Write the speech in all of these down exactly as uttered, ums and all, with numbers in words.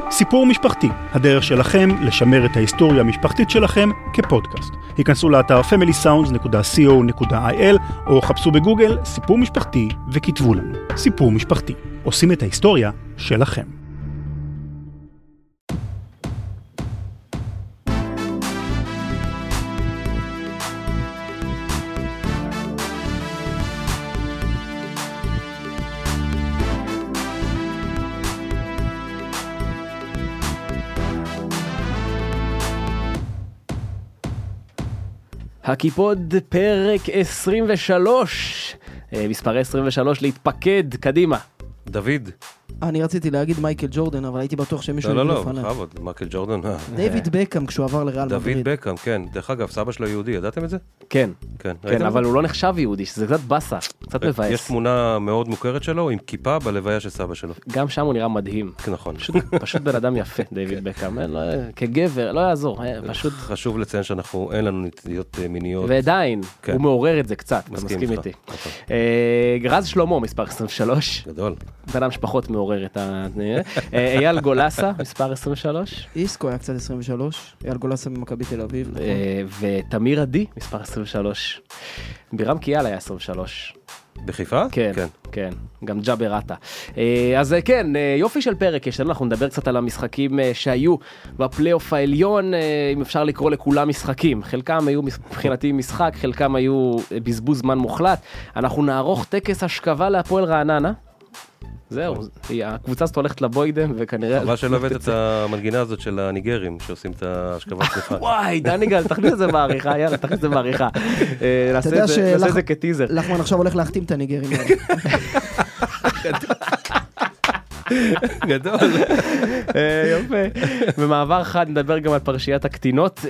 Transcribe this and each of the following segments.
סיפור משפחתי, הדרך שלכם לשמר את ההיסטוריה המשפחתית שלכם כפודקאסט. היכנסו לאתר פמילי סאונדס נקודה סי או נקודה איי אל או חפשו בגוגל סיפור משפחתי וכתבו לנו. סיפור משפחתי. עושים את ההיסטוריה שלכם. הקיפוד פרק עשרים ושלוש, מספר עשרים ושלוש להתפקד, קדימה. דוד. אני רציתי להגיד מייקל ג'ורדן, אבל הייתי בטוח שמישהו לא, לא, לא, חבוד, מייקל ג'ורדן. דיוויד בקאם כשהוא עבר לריאל מדריד. דוד בקאם, כן. דרך אגב, סבא שלו יהודי, ידעתם את זה? כן, כן, כן, אבל הוא לא נחשב יהודי, שזה קצת בסה, קצת מבאס. יש תמונה מאוד מוכרת שלו עם כיפה בלוויה של סבא שלו. גם שם הוא נראה מדהים. נכון. פשוט בן אדם יפה, דיוויד בקאם. כגבר, לא יעזור, פשוט... חשוב לציין שאנחנו, אין לנו נטיות מיניות. ועדיין, הוא מעורר את זה קצת, אתה מסכים איתי. רז שלמה, מספר עשרים ושלוש. גדול. בן אדם שפחות מעורר את ה... אייל גולסה, מספר עשרים ושלוש. איסקו היה קצת עשרים ושלוש. אייל גולסה ממכבי תל אביב. ותמיר עדי, מספר עשרים ושלוש. בירם קיאל היה עשרים ושלוש. בחיפה? כן, כן, כן. גם ג'אבר עטה. אז כן, יופי של פרק יש לנו, אנחנו נדבר קצת על המשחקים שהיו בפלייאוף העליון, אם אפשר לקרוא לכולם משחקים. חלקם היו מבחינתי משחק, חלקם היו בזבוז זמן מוחלט. אנחנו נערוך טקס השכבה להפועל רעננה. זהו, הקבוצה הזאת הולכת לבוידם וכנראה... חבל שלא הבאת את המנגינה הזאת של הניגרים שעושים את ההשכבת סליחה. וואי, דניגל, תכניס את זה בעריכה, יאללה, תכניס את זה בעריכה. נעשה את זה כטיזר. לחמן עכשיו הולך להחתים את הניגרים. גדול. יופי. במעבר חד נדבר גם על פרשיית הקטינות,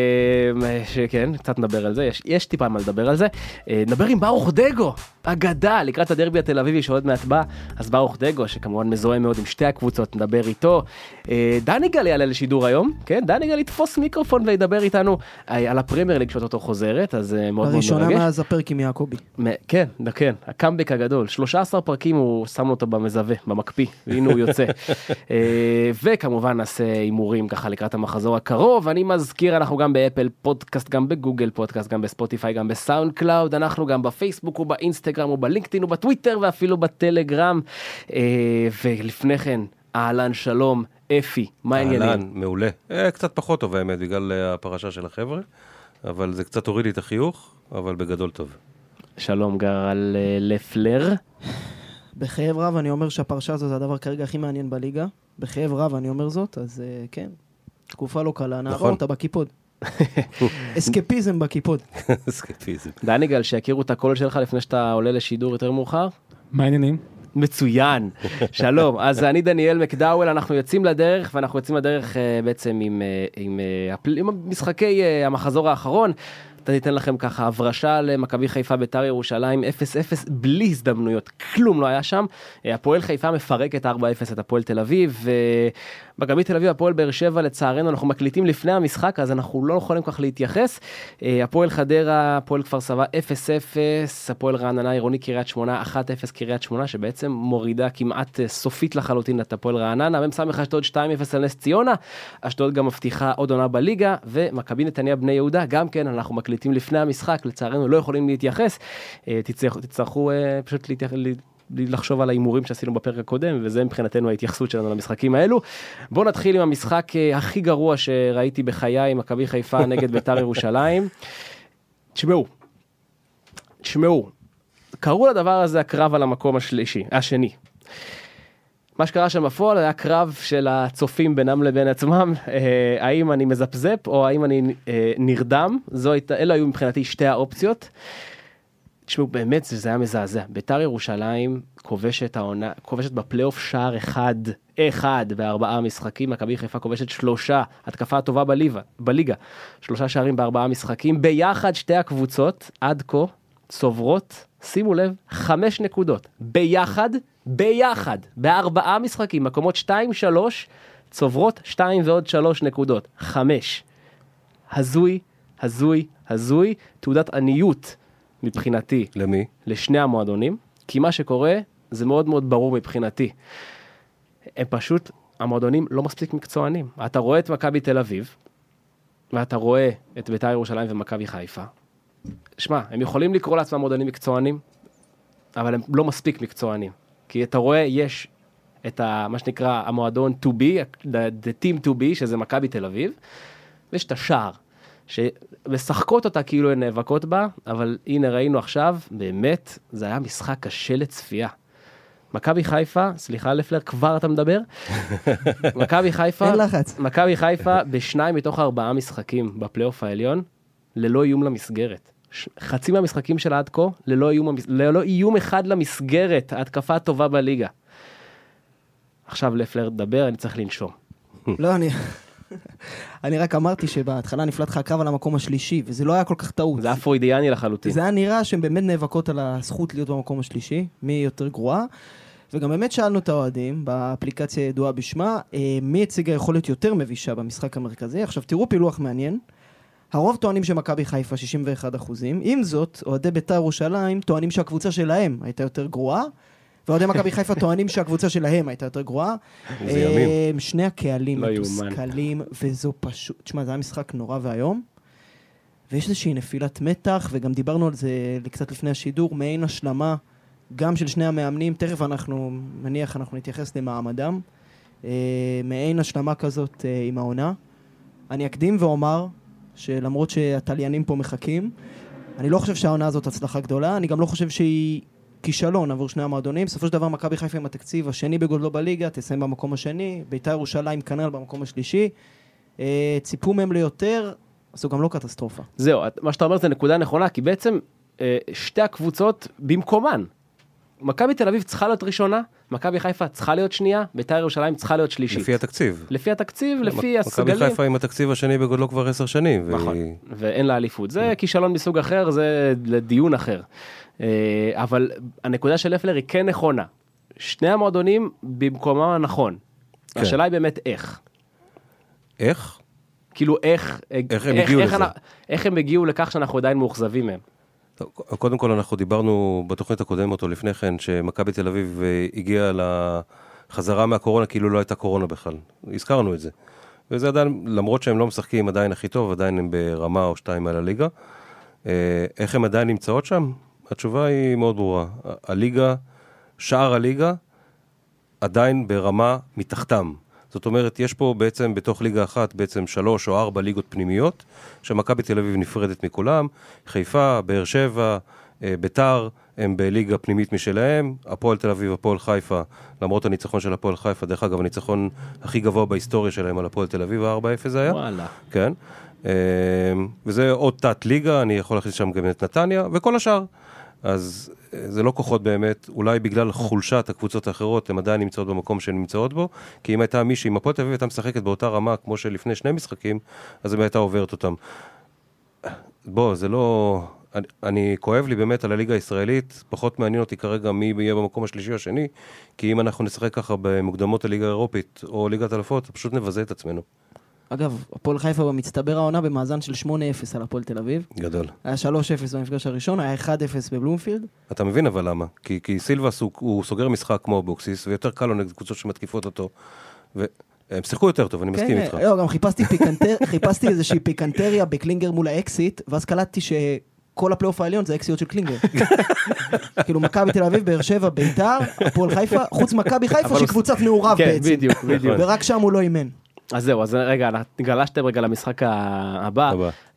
שכן, קצת נדבר על זה, יש טיפה מה לדבר על זה. נדבר עם ברוך דגו, אגדה, לקראת הדרבי התל אביבי שעוד מעט בא, אז ברוך דגו, שכמובן מזוהה מאוד עם שתי הקבוצות, נדבר איתו. דניגל יעלה לשידור היום, כן? דניגל יתפוס מיקרופון וידבר איתנו על הפרמייר ליג שאותו חוזרת, אז מאוד מאוד מרגש. הראשונה מאז הפרק עם יעקובי. כן, כן, הקאמבק הגדול. שלושה עשר פרקים הוא שם אותו במזווה, במקפיא, והנה הוא יוצא. וכמובן נעשה אימורים ככה לקראת המחזור הקרוב. אני מזכיר, אנחנו גם באפל פודקאסט, גם בגוגל פודקאסט, גם בספוטיפיי, גם בסאונד קלאוד. אנחנו גם בפייסבוק ובאינסטגרם ובלינקדאין ובטוויטר ואפילו בטלגרם. ולפני כן, אהלן שלום, אפי, מה העניינים? אהלן, מעולה. קצת פחות טוב האמת, בגלל הפרשה של החבר'ה, אבל זה קצת הוריד לי את החיוך, אבל בגדול טוב. שלום גרל לפלר. בכאב רב אני אומר שהפרשה הזו זה הדבר כרגע הכי מעניין בליגה. בכאב רב אני אומר זאת, אז כן, תקופה לא קלה, נעבור אותה בקיפוד. אסקפיזם בקיפוד. אסקפיזם. דניגל, שיכירו את הקול שלך לפני שאתה עולה לשידור יותר מאוחר. מה העניינים? מצוין, שלום. אז אני דניאל מקדאוול, אנחנו יוצאים לדרך, ואנחנו יוצאים לדרך בעצם עם, עם, עם משחקי המחזור האחרון. ניתן לכם ככה הברשה למכבי חיפה ביתר ירושלים אפס אפס בלי הזדמנויות, כלום לא היה שם. הפועל חיפה מפרקת ארבע אפס את הפועל תל אביב, ומכבי תל אביב הפועל באר שבע לצערנו אנחנו מקליטים לפני המשחק, אז אנחנו לא יכולים כך להתייחס. הפועל חדרה, הפועל כפר סבא אפס אפס, הפועל רעננה עירוני קריית שמונה אחת אפס קריית שמונה, שבעצם מורידה כמעט סופית לחלוטין את הפועל רעננה. מ"ס אשדוד שתיים אפס על נס ציונה, אשדוד גם מבטיחה עוד עונה בליגה, ומכבי נתניה בני יהודה גם כן אנחנו מקליטים לפני המשחק, לצערנו לא יכולים להתייחס, תצטרכו, תצטרכו פשוט להתייחס, לחשוב על האימורים שעשינו בפרק הקודם, וזה מבחינתנו ההתייחסות שלנו למשחקים האלו. בואו נתחיל עם המשחק הכי גרוע שראיתי בחיי, מכבי חיפה נגד ביתר ירושלים. תשמעו, תשמעו, קראו לדבר הזה הקרב על המקום השלישי, השני. מה שקרה שם בפועל היה קרב של הצופים בינם לבין עצמם, אה, האם אני מזפזפ או האם אני אה, נרדם, זו הייתה, אלו היו מבחינתי שתי האופציות. תשמעו, באמת זה, זה היה מזעזע. ביתר ירושלים כובשת העונה, כובשת בפלייאוף שער אחד, אחד בארבעה משחקים, מכבי חיפה כובשת שלושה, התקפה הטובה בליבה, בליגה, שלושה שערים בארבעה משחקים, ביחד שתי הקבוצות עד כה צוברות, שימו לב, חמש נקודות, ביחד, ביחד, בארבעה משחקים, מקומות שתיים, שלוש, צוברות שתיים ועוד שלוש נקודות, חמש. הזוי, הזוי, הזוי, תעודת עניות מבחינתי. למי? לשני המועדונים, כי מה שקורה זה מאוד מאוד ברור מבחינתי. הם פשוט המועדונים לא מספיק מקצוענים. אתה רואה את מכבי תל אביב, ואתה רואה את בית"ר ירושלים ומכבי חיפה. שמע, הם יכולים לקרוא לעצמם מועדונים מקצוענים, אבל הם לא מספיק מקצוענים. כי אתה רואה, יש את ה, מה שנקרא המועדון to be, the team to be, שזה מכבי תל אביב, ויש את השער, שמשחקות אותה כאילו הן נאבקות בה, אבל הנה ראינו עכשיו, באמת, זה היה משחק קשה לצפייה. מכבי חיפה, סליחה לפלר, כבר אתה מדבר? מכבי חיפה, אין לחץ. מכבי חיפה בשניים מתוך ארבעה משחקים בפלייאוף העליון, ללא איום למסגרת. חצי מהמשחקים שלה עד כה, ללא איום, ללא איום אחד למסגרת, ההתקפה הטובה בליגה. עכשיו לפלר דבר, אני צריך לנשום. לא, אני... אני רק אמרתי שבהתחלה נפלט לך הקרב על המקום השלישי, וזה לא היה כל כך טעות. זה היה פרוידיאני לחלוטין. זה היה נראה שהן באמת נאבקות על הזכות להיות במקום השלישי, מי יותר גרועה, וגם באמת שאלנו את האוהדים, באפליקציה ידועה בשמה, מי הציגה יכולת יותר מבישה במשחק המרכזי. עכשיו תראו פילוח מעניין, הרוב טוענים שמכבי חיפה שישים ואחד אחוזים, עם זאת, אוהדי בית"ר ירושלים טוענים שהקבוצה שלהם הייתה יותר גרועה, ואוהדי מכבי חיפה טוענים שהקבוצה שלהם הייתה יותר גרועה. שני הקהלים מתוסכלים, וזו פשוט, תשמע, זה היה משחק נורא והיום, ויש איזושהי נפילת מתח, וגם דיברנו על זה קצת לפני השידור, מעין השלמה, גם של שני המאמנים, תכף אנחנו, מניח, אנחנו נתייחס למעמדם, מעין השלמה כזאת עם העונה. אני אקדים ואומר, שלמרות שהטליינים פה מחכים, אני לא חושב שהעונה הזאת הצלחה גדולה, אני גם לא חושב שהיא כישלון עבור שני המועדונים. בסופו של דבר מכבי חיפה עם התקציב השני בגודלו בליגה, תסיים במקום השני, בית"ר ירושלים כנ"ל במקום השלישי, ציפו מהם ליותר, אז זו גם לא קטסטרופה. זהו, מה שאתה אומר זה נקודה נכונה, כי בעצם שתי הקבוצות במקומן. מכבי תל אביב צריכה להיות ראשונה, מכבי חיפה צריכה להיות שנייה, בית"ר ירושלים צריכה להיות שלישית. לפי התקציב. לפי התקציב, לפי הסגלים. מכבי חיפה עם התקציב השני בגודלו כבר עשר שנים. נכון, ואין לה אליפות. זה כישלון מסוג אחר, זה לדיון אחר. אבל הנקודה של לפלר היא כן נכונה. שני המועדונים במקומם הנכון. השאלה היא באמת איך. איך? כאילו איך... איך הם הגיעו לזה? איך הם הגיעו לכך שאנחנו עדיין מאוכזבים מהם. קודם כל אנחנו דיברנו בתוכנית הקודמת או לפני כן, שמכבי תל אביב הגיעה לחזרה מהקורונה כאילו לא הייתה קורונה בכלל. הזכרנו את זה. וזה עדיין, למרות שהם לא משחקים עדיין הכי טוב, עדיין הם ברמה או שתיים על הליגה. איך הם עדיין נמצאות שם? התשובה היא מאוד ברורה. הליגה, שער הליגה, עדיין ברמה מתחתם. זאת אומרת, יש פה בעצם בתוך ליגה אחת, בעצם שלוש או ארבע ליגות פנימיות, שמכבי תל אביב נפרדת מכולם, חיפה, באר שבע, ביתר, הם בליגה פנימית משלהם, הפועל תל אביב, הפועל חיפה, למרות הניצחון של הפועל חיפה, דרך אגב, הניצחון הכי גבוה בהיסטוריה שלהם על הפועל תל אביב, ה-ארבע אפס זה היה. וואלה. כן. וזה עוד תת ליגה, אני יכול להכניס שם גם את נתניה, וכל השאר. אז זה לא כוחות באמת, אולי בגלל חולשת הקבוצות האחרות, הן עדיין נמצאות במקום שהן נמצאות בו, כי אם הייתה מישהי, אם הפועל תל אביב הייתה משחקת באותה רמה, כמו שלפני שני משחקים, אז היא הייתה עוברת אותם. בוא, זה לא... אני, אני כואב לי באמת על הליגה הישראלית, פחות מעניין אותי כרגע מי יהיה במקום השלישי או השני, כי אם אנחנו נשחק ככה במוקדמות הליגה האירופית או ליגת אלופות, פשוט נבזה את עצמנו. אגב, הפועל חיפה במצטבר העונה במאזן של שמונה אפס על הפועל תל אביב. גדול. היה שלוש אפס במפגש הראשון, היה אחד אפס בבלומפילד. אתה מבין אבל למה? כי, כי סילבס הוא, הוא סוגר משחק כמו בוקסיס, ויותר קל לו נגד קבוצות שמתקיפות אותו, והם שיחקו יותר טוב, אני כן, מסכים איתך. לא, גם חיפשתי, פיקנטר, חיפשתי איזושהי פיקנטריה בקלינגר מול האקסיט, ואז קלטתי שכל הפלייאוף העליון זה אקסיות של קלינגר. כאילו מכבי תל אביב, באר שבע, ביתר, הפועל חיפה, חוץ מכבי חיפה שהיא קבוצת מעורב כן, בעצם. בדיוק, בדיוק. ורק שם הוא לא אימן. אז זהו, אז רגע, גלשתם רגע למשחק הבא.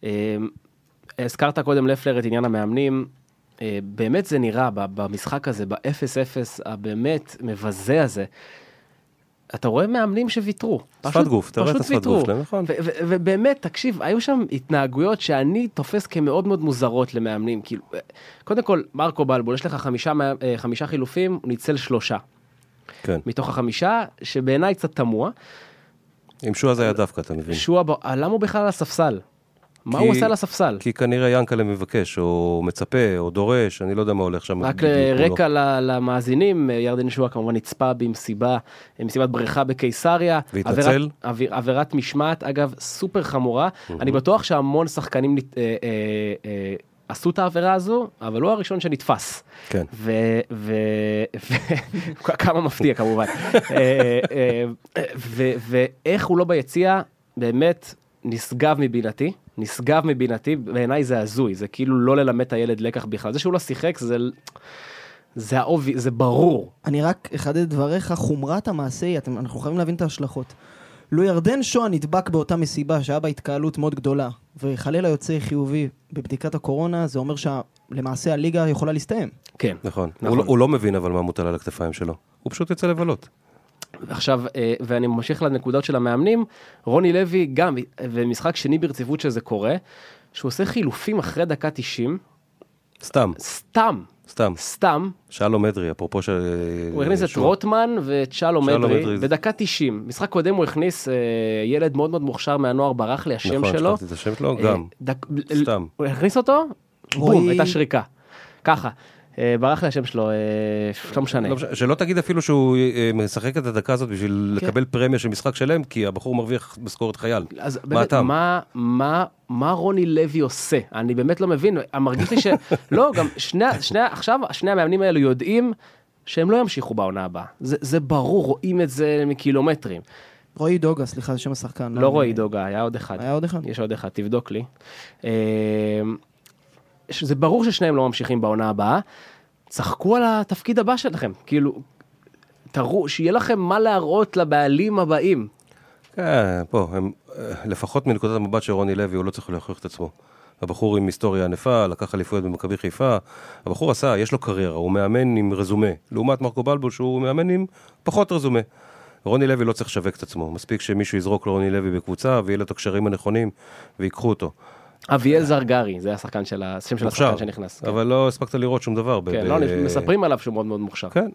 הזכרת קודם לפלר את עניין המאמנים, באמת זה נראה במשחק הזה, ב-אפס אפס הבאמת מבזה הזה, אתה רואה מאמנים שוויתרו. שפת גוף, אתה רואה את השפת גוף שלהם, נכון. ובאמת, תקשיב, היו שם התנהגויות שאני תופס כמאוד מאוד מוזרות למאמנים. קודם כל, מרקו בלבול, יש לך חמישה חילופים, הוא ניצל שלושה. מתוך החמישה, שבעיניי קצת תמוה. עם שועה זה היה דווקא, אתה מבין. שועה, למה הוא בכלל על הספסל? מה הוא עושה על הספסל? כי כנראה ינקלה מבקש, או מצפה, או דורש, אני לא יודע מה הולך שם. רק רקע למאזינים, ירדן שועה כמובן נצפה במסיבה, מסיבת בריכה בקיסריה. והתנצל? עבירת משמעת, אגב, סופר חמורה. אני בטוח שהמון שחקנים עשו את העבירה הזו, אבל הוא הראשון שנתפס. כן. וכמה מפתיע כמובן. ואיך הוא לא ביציאה, באמת נשגב מבינתי, נשגב מבינתי, בעיניי זה הזוי, זה כאילו לא ללמד את הילד לקח בכלל. זה שהוא לא שיחק, זה... זה האובי, זה ברור. אני רק אחדד את דבריך, חומרת המעשה, אתם, אנחנו חייבים להבין את ההשלכות. לו ירדן שואה נדבק באותה מסיבה שהיה בה התקהלות מאוד גדולה, וחלילה יוצא חיובי בבדיקת הקורונה, זה אומר שלמעשה הליגה יכולה להסתיים. כן. נכון. נכון. הוא, הוא לא מבין אבל מה מוטל על הכתפיים שלו. הוא פשוט יצא לבלות. עכשיו, ואני ממשיך לנקודות של המאמנים, רוני לוי גם, ומשחק שני ברציפות שזה קורה, שהוא עושה חילופים אחרי דקה תשעים. סתם. סתם. סתם. סתם. שלום אדרי, אפרופו של... הוא הכניס את רוטמן ואת שלום אדרי, בדקה תשעים. משחק קודם הוא הכניס ילד מאוד מאוד מוכשר מהנוער, ברח לי השם שלו. נכון, שכחתי את השם שלו, גם. סתם. הוא הכניס אותו, בום, הייתה שריקה. ככה. ברח לי השם שלו, לא משנה. שלא תגיד אפילו שהוא משחק את הדקה הזאת בשביל לקבל פרמיה של משחק שלם, כי הבחור מרוויח משכורת חייל. אז באמת, מה רוני לוי עושה? אני באמת לא מבין, מרגיש לי ש... לא, גם שני, עכשיו, שני המאמנים האלו יודעים שהם לא ימשיכו בעונה הבאה. זה ברור, רואים את זה מקילומטרים. רועי דוגה, סליחה, זה שם השחקן. לא רועי דוגה, היה עוד אחד. היה עוד אחד? יש עוד אחד, תבדוק לי. זה ברור ששניהם לא ממשיכים בעונה הבאה, צחקו על התפקיד הבא שלכם, כאילו, תראו, שיהיה לכם מה להראות לבעלים הבאים. כן, פה, הם, לפחות מנקודת המבט של רוני לוי, הוא לא צריך להוכיח את עצמו. הבחור עם היסטוריה ענפה, לקח אליפויות במכבי חיפה, הבחור עשה, יש לו קריירה, הוא מאמן עם רזומה, לעומת מרקו בלבול שהוא מאמן עם פחות רזומה. רוני לוי לא צריך לשווק את עצמו, מספיק שמישהו יזרוק לרוני לוי בקבוצה, ויהיה לו את הקשרים הנכונים, ויקחו אותו. אביאל זרגרי, זה השחקן של השם של השחקן שנכנס. אבל לא הספקת לראות שום דבר. כן, לא, מספרים עליו שהוא מאוד מאוד מוכשר. כן.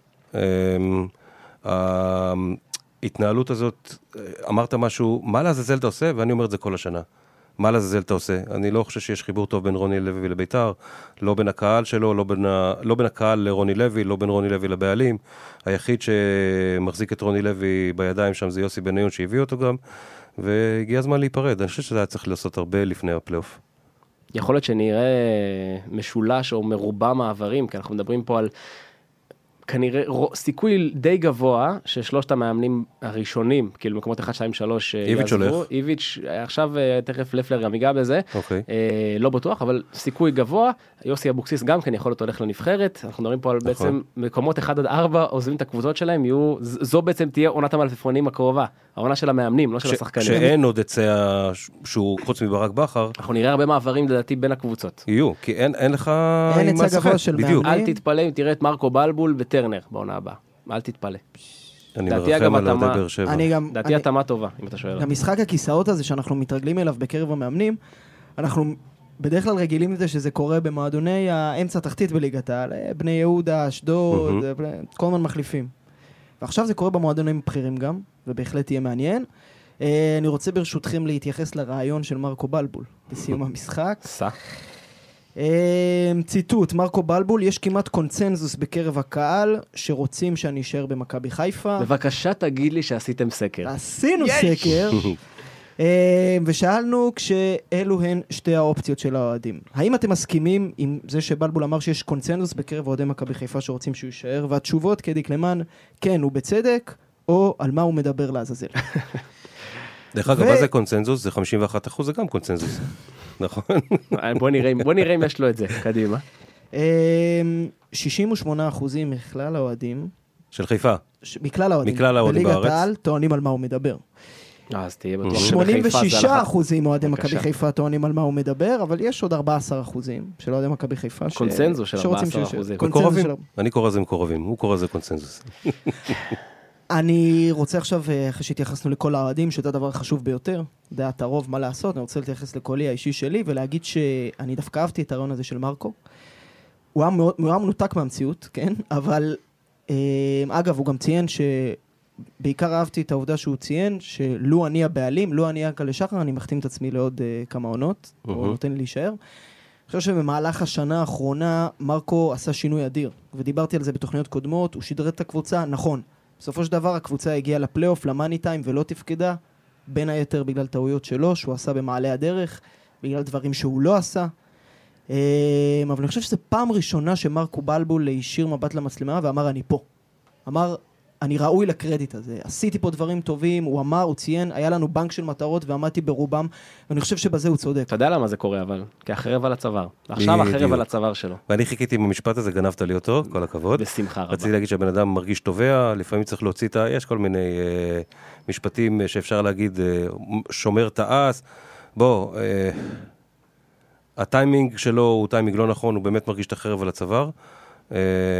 ההתנהלות הזאת, אמרת משהו, מה לעזאזל אתה עושה? ואני אומר את זה כל השנה. מה לעזאזל אתה עושה? אני לא חושב שיש חיבור טוב בין רוני לוי לביתר, לא בין הקהל שלו, לא בין, לא בין הקהל לרוני לוי, לא בין רוני לוי לבעלים. היחיד שמחזיק את רוני לוי בידיים שם זה יוסי בניון שהביא אותו גם, והגיע הזמן להיפרד. אני חושב שזה היה צריך לעשות הרבה לפני הפלייאוף. יכול להיות שנראה משולש או מרובע מעברים, כי אנחנו מדברים פה על כנראה סיכוי די גבוה ששלושת המאמנים הראשונים, כאילו מקומות אחד, שתיים, שלוש איביץ' הולך. איביץ', עכשיו תכף לפלר גם ייגע בזה, אוקיי. לא בטוח, אבל סיכוי גבוה. יוסי אבוקסיס גם כן יכול להיות הולך לנבחרת. אנחנו מדברים פה על בעצם מקומות אחד עד ארבע, עוזבים את הקבוצות שלהם, יהיו, זו בעצם תהיה עונת המלפפונים הקרובה, העונה של המאמנים, לא של השחקנים. שאין עוד יצא שהוא חוץ מברק בכר. אנחנו נראה הרבה מעברים לדעתי בין הקבוצות. יהיו, כי אין, אין לך... אין יצא גבוה של מאמנים. אל תתפלא אם תראה את מרקו בלבול וטרנר בעונה הבאה. אל תתפלא. אני מרחם על אוהדי באר שבע. דעתי התאמה טובה, אם אתה שואל. גם משחק הכיסאות הזה שאנחנו מתרגלים אליו בקרב המאמנים, אנחנו בדרך כלל רגילים לזה שזה קורה במועדוני האמצע תחתית בליגת העל, בני יהודה, אשדוד, כל הזמן מחליפים. ועכשיו זה קורה במועדונים בכירים גם, ובהחלט יהיה מעניין. אני רוצה ברשותכם להתייחס לרעיון של מרקו בלבול בסיום המשחק. סע. ציטוט, מרקו בלבול, יש כמעט קונצנזוס בקרב הקהל שרוצים שאני אשאר במכבי חיפה. בבקשה תגיד לי שעשיתם סקר. עשינו סקר. ושאלנו כשאלו הן שתי האופציות של האוהדים. האם אתם מסכימים עם זה שבלבול אמר שיש קונצנזוס בקרב אוהדי מכבי חיפה שרוצים שהוא יישאר? והתשובות כדקלמן, כן, הוא בצדק, או על מה הוא מדבר לעזאזל. דרך אגב, מה זה קונצנזוס? זה חמישים ואחד אחוז, זה גם קונצנזוס. נכון. בוא נראה אם יש לו את זה, קדימה. שישים ושמונה אחוזים מכלל האוהדים. של חיפה. מכלל האוהדים. מכלל האוהדים בארץ. בליגת העל טוענים על מה הוא מדבר. אז תהיה בטוח שמונים ושישה אחוזים אוהדי מכבי חיפה טוענים על מה הוא מדבר, אבל יש עוד ארבעה עשר אחוזים של אוהדי מכבי חיפה. קונצנזוס של ארבעה עשר אחוזים. מקורבים? אני קורא לזה מקורבים, הוא קורא לזה קונצנזוס. אני רוצה עכשיו, אחרי שהתייחסנו לכל האוהדים, שזה הדבר החשוב ביותר, דעת הרוב מה לעשות, אני רוצה להתייחס לקולי האישי שלי, ולהגיד שאני דווקא אהבתי את הרעיון הזה של מרקו. הוא היה, מאוד, הוא היה מנותק מהמציאות, כן? אבל, אגב, הוא גם ציין שבעיקר אהבתי את העובדה שהוא ציין, שלו אני הבעלים, לו אני אקל לשחר, אני מחתים את עצמי לעוד כמה עונות, הוא נותן לי להישאר. אני חושב שבמהלך השנה האחרונה, מרקו עשה שינוי אדיר, ודיברתי על זה בתוכניות קודמות, הוא שדרג את הקבוצה, נכון. בסופו של דבר הקבוצה הגיעה לפלייאוף, למאני טיים, ולא תפקדה, בין היתר בגלל טעויות שלו, שהוא עשה במעלה הדרך, בגלל דברים שהוא לא עשה, אבל אני חושב שזו פעם ראשונה שמרקו בלבול הישיר מבט למצלמה ואמר אני פה. אמר אני ראוי לקרדיט הזה, עשיתי פה דברים טובים, הוא אמר, הוא ציין, היה לנו בנק של מטרות ועמדתי ברובם, ואני חושב שבזה הוא צודק. אתה יודע למה זה קורה, אבל? כי החרב על הצוואר. עכשיו החרב על הצוואר שלו. ואני חיכיתי עם המשפט הזה, גנבת לי אותו, כל הכבוד. בשמחה רבה. רציתי להגיד שהבן אדם מרגיש תובע, לפעמים צריך להוציא את ה... יש כל מיני אה, משפטים שאפשר להגיד, אה, שומר תעש. בוא, אה, הטיימינג שלו הוא טיימינג לא נכון, הוא באמת מרגיש את החרב על הצוואר. אה,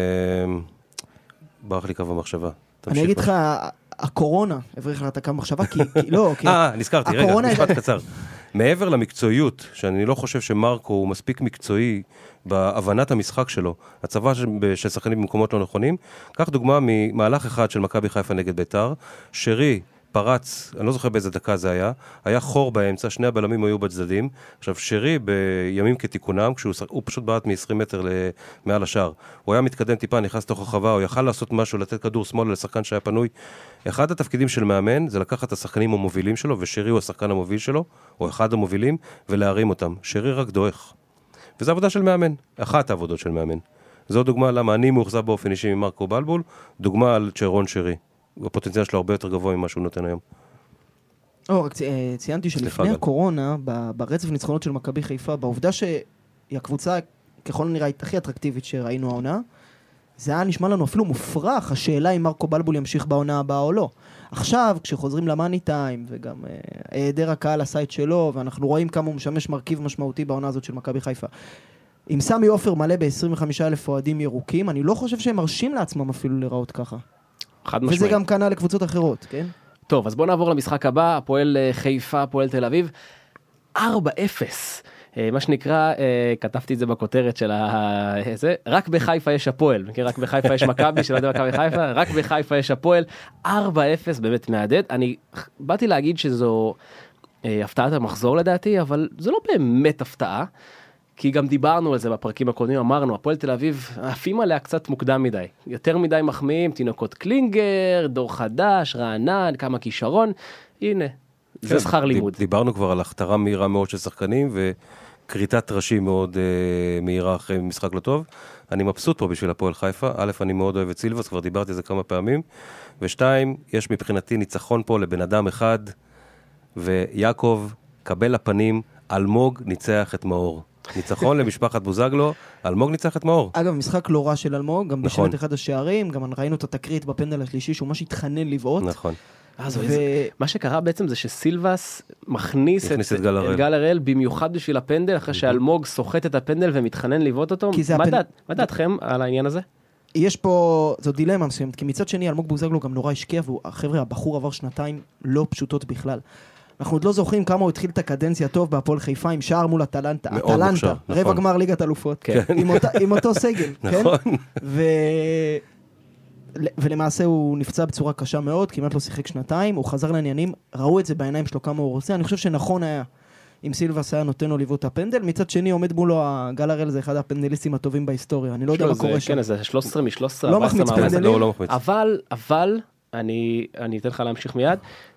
ברח לי קו המחשבה. אני אגיד לך, הקורונה, הבריך לך את הקו המחשבה, כי לא, כי... אה, נזכרתי, רגע, משפט קצר. מעבר למקצועיות, שאני לא חושב שמרקו הוא מספיק מקצועי בהבנת המשחק שלו, הצבא של שחקנים במקומות לא נכונים, קח דוגמה ממהלך אחד של מכבי חיפה נגד ביתר, שרי פרץ, אני לא זוכר באיזה דקה זה היה, היה חור באמצע, שני הבלמים היו בצדדים, עכשיו שרי בימים כתיקונם, כשהוא פשוט בעט מ-עשרים מטר מעל השאר, הוא היה מתקדם טיפה, נכנס תוך הרחבה, הוא יכל לעשות משהו, לתת כדור שמאלה לשחקן שהיה פנוי. אחד התפקידים של מאמן זה לקחת את השחקנים המובילים שלו, ושרי הוא השחקן המוביל שלו, או אחד המובילים, ולהרים אותם. שרי רק דועך. וזו עבודה של מאמן, אחת העבודות של מאמן. זו דוגמה למה אני מאוכזב באופן אישי ממרקו בלבול, דוגמה על צ'רון שרי. הפוטנציאל שלו הרבה יותר גבוה ממה שהוא נותן היום. או, רק ציינתי שלפני הקורונה, ברצף ניצחונות של מכבי חיפה, בעובדה שהיא הקבוצה ככל הנראה הכי אטרקטיבית שראינו העונה, זה היה נשמע לנו אפילו מופרך, השאלה אם מרקו בלבול ימשיך בעונה הבאה או לא. עכשיו, כשחוזרים למאני טיים, וגם היעדר הקהל הסייט שלו, ואנחנו רואים כמה הוא משמש מרכיב משמעותי בעונה הזאת של מכבי חיפה. עם סמי עופר מלא ב-עשרים וחמישה אלף אוהדים ירוקים, אני לא חושב שהם מרשים לעצמם אפילו לראות ככה. חד משמעית. וזה גם כנ"ל לקבוצות אחרות, כן? טוב, אז בואו נעבור למשחק הבא, הפועל חיפה, הפועל תל אביב. ארבע אפס. מה שנקרא, כתבתי את זה בכותרת של זה, רק בחיפה יש הפועל, רק בחיפה יש מכבי, שלא יודע מכבי חיפה, רק בחיפה יש הפועל, ארבע אפס באמת מעדד. אני באתי להגיד שזו הפתעת המחזור לדעתי, אבל זו לא באמת הפתעה, כי גם דיברנו על זה בפרקים הקודמים, אמרנו, הפועל תל אביב עפים עליה קצת מוקדם מדי, יותר מדי מחמיאים, תינוקות קלינגר, דור חדש, רענן, כמה כישרון, הנה, זה שכר לימוד. דיברנו כבר על הכתרה מהירה מאוד של שחקנים, וקריטת ראשים מאוד מהירה אחרי משחק לא טוב. אני מבסוט פה בשביל הפועל חיפה, א', אני מאוד אוהב את סילבס, כבר דיברתי על זה כמה פעמים, ושתיים, יש מבחינתי ניצחון פה לבן אדם אחד, ויעקב, קבל לפנים, אלמוג ניצח את מאור. ניצחון למשפחת בוזגלו, אלמוג ניצח את מאור. אגב, משחק לא רע של אלמוג, גם בשל את אחד השערים, גם ראינו את התקרית בפנדל השלישי, שהוא ממש התחנן לבעוט. נכון. מה שקרה בעצם זה שסילבס מכניס את גל הראל, במיוחד בשביל הפנדל, אחרי שאלמוג סוחט את הפנדל ומתחנן לבעוט אותו. מה דעתכם על העניין הזה? יש פה, זו דילמה מסוימת, כי מצד שני, אלמוג בוזגלו גם נורא השקיע, והחבר'ה, הבחור עבר שנתיים לא פשוטות בכלל. אנחנו עוד לא זוכרים כמה הוא התחיל את הקדנציה טוב בהפועל חיפה עם שער מול הטלנטה, הטלנטה, רבע גמר ליגת אלופות, עם אותו סגל, ולמעשה הוא נפצע בצורה קשה מאוד, כמעט לא שיחק שנתיים, הוא חזר לעניינים, ראו את זה בעיניים שלו כמה הוא רוצה, אני חושב שנכון היה, אם סילבס היה נותן לו לבעוט את הפנדל, מצד שני עומד מולו, גל הראל זה אחד הפנדליסטים הטובים בהיסטוריה, אני לא יודע מה קורה שם. כן, זה שלוש עשרה מ-שלוש עשרה, לא מחמיץ פנדלים, אבל, אבל, אני אתן לך להמשיך מיד,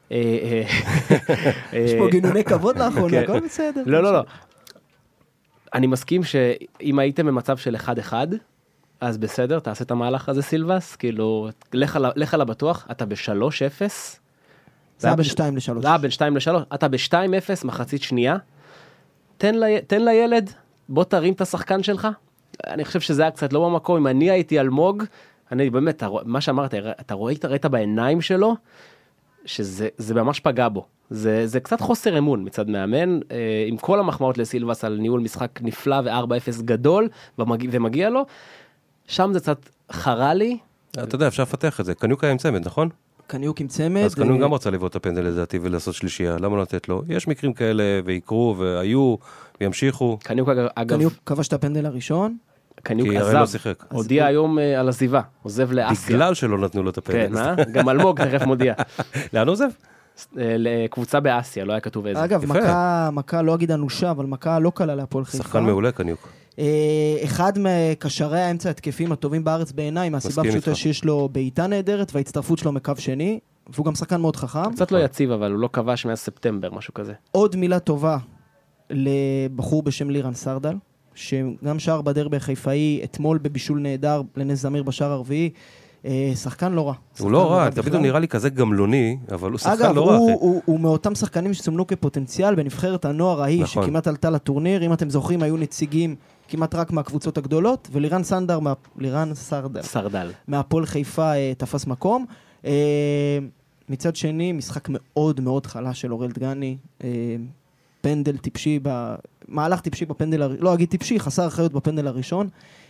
יש פה גינוני כבוד לאחרונה, הכל בסדר. לא, לא, לא. אני מסכים שאם הייתם במצב של אחד אחד, אז בסדר, תעשה את המהלך הזה סילבס, כאילו, לך על הבטוח, אתה ב-שלוש אפס. זה היה בין שתיים לשלוש. זה היה בין שתיים לשלוש, אתה ב-שתיים אפס, מחצית שנייה. תן לילד, בוא תרים את השחקן שלך. אני חושב שזה היה קצת לא במקום, אם אני הייתי אלמוג, אני באמת, מה שאמרת, אתה רואה, ראית בעיניים שלו, שזה ממש פגע בו. זה, זה קצת חוסר אמון מצד מאמן, עם כל המחמאות לסילבס על ניהול משחק נפלא ו-ארבע אפס גדול, ומגיע, ומגיע לו. שם זה קצת חרה לי. אתה יודע, אפשר לפתח את זה. קניוק היה עם צמד, נכון? קניוק עם צמד. אז קניוק גם רוצה לבעוט את הפנדל לדעתי ולעשות שלישייה. למה לא לתת לו? יש מקרים כאלה ויקרו והיו וימשיכו. קניוק אגב... קניוק כבש את הפנדל הראשון. קניוק עזב, הודיע היום על עזיבה, עוזב לאסיה. בגלל שלא נתנו לו את הפנדל. כן, גם אלמוג תכף מודיע. לאן עוזב? לקבוצה באסיה, לא היה כתוב איזה. אגב, מכה, לא אגיד אנושה, אבל מכה לא קלה להפועל חיפה. שחקן מעולה קניוק. אחד מקשרי האמצע התקפים הטובים בארץ בעיניי, מהסיבה פשוטה שיש לו בעיטה נהדרת, וההצטרפות שלו מקו שני, והוא גם שחקן מאוד חכם. קצת לא יציב, אבל הוא לא כבש מאז ספטמבר, משהו כזה. עוד מילה טובה לבחור בשם לירן סרדל, שגם שער בדרבי החיפאי, אתמול בבישול נהדר לנס זמיר בשער הרביעי, שחקן לא רע. הוא לא רע, תמיד הוא נראה לי כזה גמלוני, אבל הוא שחקן לא רע. אגב, הוא מאותם שחקנים שסומנו כפוטנציאל בנבחרת הנוער ההיא, שכמעט עלתה לטורניר, אם אתם זוכרים, היו נציגים כמעט רק מהקבוצות הגדולות, ולירן סנדר, לירן סרדל, סרדל. מהפועל חיפה תפס מקום. מצד שני, משחק מאוד מאוד חלש של אורל דגני, פנדל טיפשי, מהלך טיפשי בפנדל, לא אגיד טיפשי, חסר אחריות בפנדל הראשון,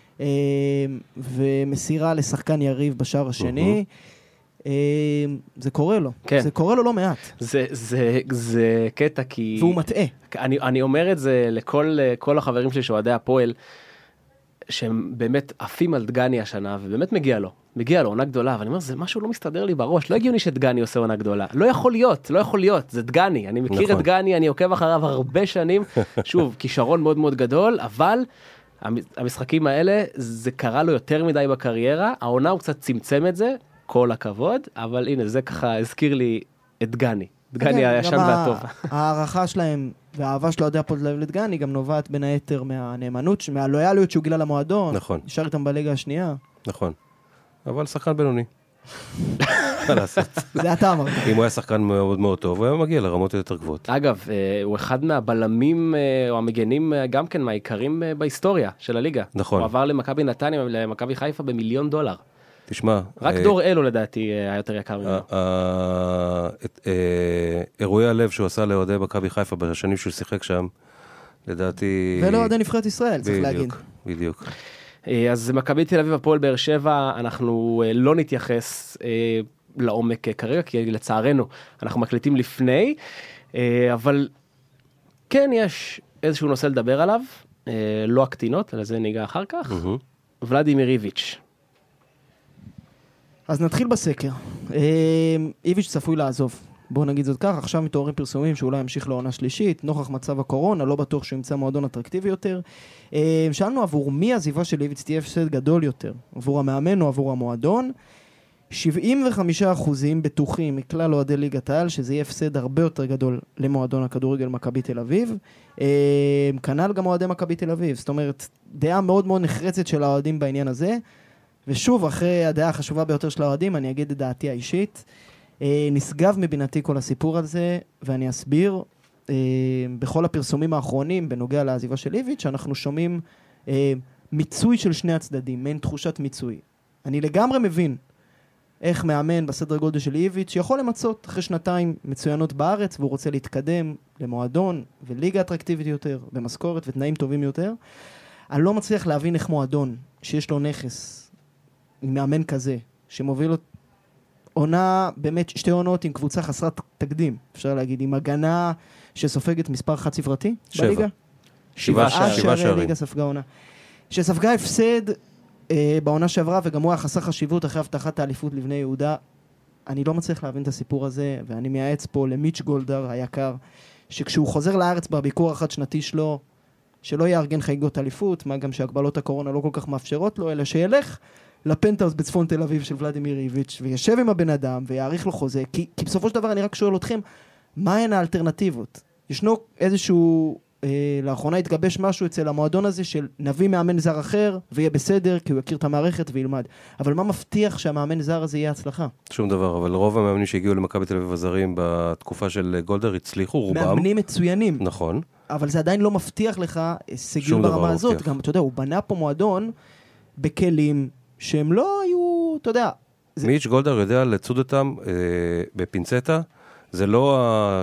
ומסירה לשחקן יריב בשער השני. זה קורה לו, זה קורה לו לא מעט. זה קטע כי... והוא מטעה. אני אומר את זה לכל החברים שלי שאוהדי הפועל, שהם באמת עפים על דגני השנה, ובאמת מגיע לו, מגיע לו עונה גדולה, ואני אומר, זה משהו לא מסתדר לי בראש, לא הגיוני שדגני עושה עונה גדולה, לא יכול להיות, לא יכול להיות, זה דגני, אני מכיר את דגני, אני עוקב אחריו הרבה שנים, שוב, כישרון מאוד מאוד גדול, אבל המשחקים האלה, זה קרה לו יותר מדי בקריירה, העונה הוא קצת צמצם את זה, כל הכבוד, אבל הנה, זה ככה הזכיר לי את דגני, דגני הישן והטוב. הערכה שלהם והאהבה שלו עדי הפועל תל אביב לדגני גם נובעת בין היתר מהנאמנות, מהלויאליות שהוא גילה למועדון. נכון. נשאר איתם בליגה השנייה. נכון. אבל שחקן בינוני. מה לעשות? זה אתה אמרת. אם הוא היה שחקן מאוד מאוד טוב, הוא היה מגיע לרמות יותר גבוהות. אגב, הוא אחד מהבלמים או המגנים גם כן מהעיקרים בהיסטוריה של הליגה. נכון. הוא עבר למכבי נתניה, למכבי חיפה במיליון דולר. תשמע... רק דור אלו לדעתי היה יותר יקר ממנו. אירועי הלב שהוא עשה לאוהדי מכבי חיפה בשנים שהוא שיחק שם, לדעתי... ולאוהדי נבחרת ישראל, צריך להגיד. בדיוק. אז מכבי תל אביב הפועל באר שבע, אנחנו לא נתייחס לעומק כרגע, כי לצערנו אנחנו מקליטים לפני, אבל כן יש איזשהו נושא לדבר עליו, לא הקטינות, על זה ניגע אחר כך. ולדימיר איביץ'. אז נתחיל בסקר. איביץ' צפוי לעזוב. בואו נגיד זאת כך, עכשיו מתעוררים פרסומים שאולי ימשיך לעונה שלישית, נוכח מצב הקורונה, לא בטוח שהוא ימצא מועדון אטרקטיבי יותר. שאלנו עבור מי עזיבה של איביץ' תהיה הפסד גדול יותר, עבור המאמן או עבור המועדון. שבעים וחמישה אחוזים בטוחים מכלל אוהדי ליגת העל, שזה יהיה הפסד הרבה יותר גדול למועדון הכדורגל מכבי תל אביב. כנ"ל גם אוהדי מכבי תל אביב, זאת אומרת, דעה מאוד מאוד נחרצת של האוהדים בעניין הזה. ושוב, אחרי הדעה החשובה ביותר של האוהדים, אני אגיד את דעתי האישית. נשגב מבינתי כל הסיפור הזה, ואני אסביר, בכל הפרסומים האחרונים, בנוגע לעזיבה של איביץ', אנחנו שומעים מיצוי של שני הצדדים, מעין תחושת מיצוי. אני לגמרי מבין איך מאמן בסדר גודל של איביץ' יכול למצות אחרי שנתיים מצוינות בארץ, והוא רוצה להתקדם למועדון וליגה אטרקטיבית יותר, במשכורת ותנאים טובים יותר. אני לא מצליח להבין איך מועדון שיש לו נכס, עם מאמן כזה, שמוביל לו עונה, באמת שתי עונות עם קבוצה חסרת תקדים, אפשר להגיד, עם הגנה שסופגת מספר חד ספרתי שבע. בליגה. שבעה שערי שערים. ליגה ספגה עונה. שספגה הפסד אה, בעונה שעברה, וגם הוא היה חסר חשיבות אחרי הבטחת האליפות לבני יהודה. אני לא מצליח להבין את הסיפור הזה, ואני מייעץ פה למיץ' גולדר היקר, שכשהוא חוזר לארץ בביקור החד שנתי שלו, שלא יארגן חגיגות אליפות, מה גם שהגבלות הקורונה לא כל כך מאפשרות לו, אלא שילך לפנטהאוס בצפון תל אביב של ולדימיר איביץ' וישב עם הבן אדם ויעריך לו חוזה, כי, כי בסופו של דבר אני רק שואל אתכם, מה הן האלטרנטיבות? ישנו איזשהו, אה, לאחרונה התגבש משהו אצל המועדון הזה של נביא מאמן זר אחר ויהיה בסדר, כי הוא יכיר את המערכת וילמד. אבל מה מבטיח שהמאמן זר הזה יהיה הצלחה? שום דבר, אבל רוב המאמנים שהגיעו למכבי תל אביב הזרים בתקופה של גולדר הצליחו, רובם. מאמנים מצוינים. נכון. אבל זה עדיין לא מבטיח לך הישגים ברמה הזאת. מבטיח. גם, אתה יודע, הוא בנה פה מועדון בכלים שהם לא היו, אתה יודע... זה... מיץ' גולדר יודע לצוד אותם אה, בפינצטה, זה לא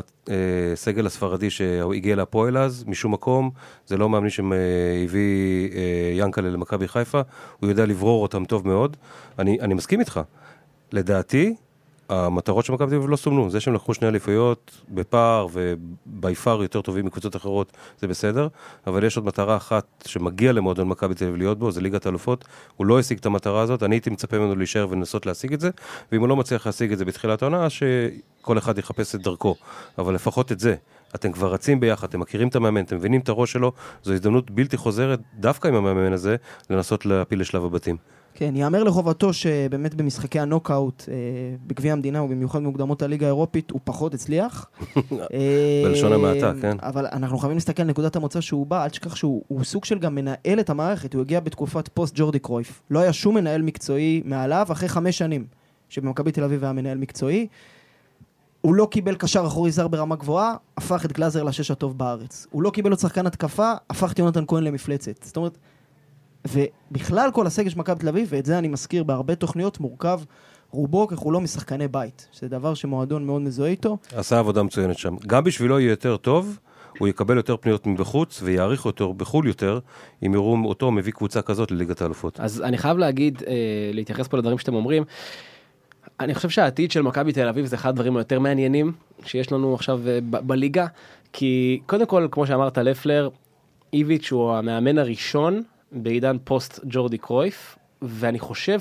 הסגל הספרדי שהגיע לפועל אז, משום מקום, זה לא מאמני שהביא אה, ינקלה למכבי חיפה, הוא יודע לברור אותם טוב מאוד. אני, אני מסכים איתך. לדעתי, המטרות של מכבי תל אביב לא סומנו. זה שהם לקחו שני אליפויות בפער ובייפר יותר טובים מקבוצות אחרות, זה בסדר. אבל יש עוד מטרה אחת שמגיע למועדון מכבי תל אביב להיות בו, זה ליגת האלופות. הוא לא השיג את המטרה הזאת, אני הייתי מצפה ממנו להישאר ולנסות להשיג את זה, ואם הוא לא מצליח להשיג את זה בתחילת העונה, שכל אחד יחפש את דרכו. אבל לפחות את זה. אתם כבר רצים ביחד, אתם מכירים את המאמן, אתם מבינים את הראש שלו, זו הזדמנות בלתי חוזרת, דווקא עם המאמן הזה, לנסות להפיל לשלב הבתים. כן, יאמר לחובתו שבאמת במשחקי הנוקאוט, בגביע המדינה ובמיוחד במוקדמות הליגה האירופית, הוא פחות הצליח. בלשון המעטה, כן. אבל אנחנו חייבים להסתכל על נקודת המוצא שהוא בא, עד שכך שהוא סוג של גם מנהל את המערכת, הוא הגיע בתקופת פוסט ג'ורדי קרויף. לא היה שום מנהל מקצועי מעליו, אחרי חמש שנים, שבמכבי תל אביב היה מנהל מקצועי. הוא לא קיבל קשר אחורי זר ברמה גבוהה, הפך את גלאזר לשש הטוב בארץ. הוא לא קיבל עוד שחקן התקפה, הפך את יונתן כהן למפלצת. זאת אומרת, ובכלל כל הסגל של מכבי תל אביב, ואת זה אני מזכיר בהרבה תוכניות, מורכב רובו ככולו משחקני בית. שזה דבר שמועדון מאוד מזוהה איתו. עשה עבודה מצוינת שם. גם בשבילו יהיה יותר טוב, הוא יקבל יותר פניות מבחוץ, ויעריך אותו בחול יותר, אם יראו אותו מביא קבוצה כזאת לליגת האלופות. אז אני חייב להגיד, אה, להתייחס פה לדברים שאתם אומרים, אני חושב שהעתיד של מכבי תל אביב זה אחד הדברים היותר מעניינים שיש לנו עכשיו ב- בליגה, כי קודם כל, כמו שאמרת, לפלר, איביץ' הוא המאמן הראשון בעידן פוסט ג'ורדי קרויף, ואני חושב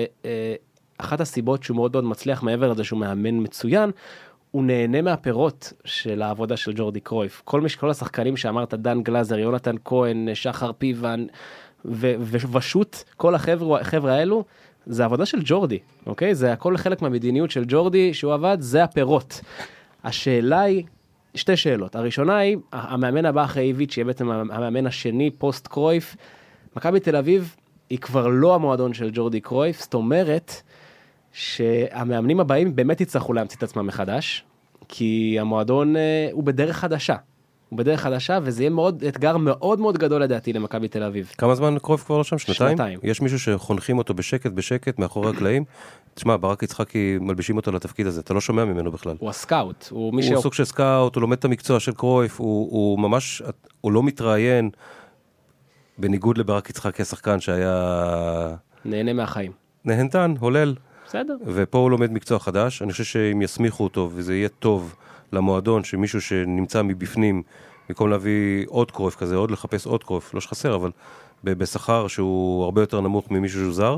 שאחת הסיבות שהוא מאוד מאוד מצליח מעבר לזה שהוא מאמן מצוין, הוא נהנה מהפירות של העבודה של ג'ורדי קרויף. כל מש, כל השחקנים שאמרת, דן גלאזר, יונתן כהן, שחר פיוון ו- ושוט, כל החבר'ה, החבר'ה האלו, זה עבודה של ג'ורדי, אוקיי? זה הכל חלק מהמדיניות של ג'ורדי שהוא עבד, זה הפירות. השאלה היא, שתי שאלות. הראשונה היא, המאמן הבא אחרי איביץ' שיהיה בעצם המאמן השני פוסט קרויף, מכבי תל אביב היא כבר לא המועדון של ג'ורדי קרויף, זאת אומרת שהמאמנים הבאים באמת יצטרכו להמציא את עצמם מחדש, כי המועדון הוא בדרך חדשה. הוא בדרך חדשה, וזה יהיה מאוד, אתגר מאוד מאוד גדול לדעתי למכבי תל אביב. כמה זמן קרויף כבר לא שם? שנתיים? שנתיים. יש מישהו שחונכים אותו בשקט בשקט מאחורי הקלעים? תשמע, ברק יצחקי מלבישים אותו לתפקיד הזה, אתה לא שומע ממנו בכלל. הוא הסקאוט. הוא, מי הוא ש... סוג של סקאוט, הוא לומד את המקצוע של קרויף, הוא, הוא ממש, הוא לא מתראיין, בניגוד לברק יצחקי השחקן שהיה... נהנה מהחיים. נהנתן, הולל. בסדר. ופה הוא לומד מקצוע חדש, אני חושב שאם יסמיכו אותו וזה יהיה טוב למועדון, שמישהו שנמצא מבפנים, במקום להביא עוד קרויף כזה, עוד לחפש עוד קרויף, לא שחסר, אבל בשכר שהוא הרבה יותר נמוך ממישהו שזר,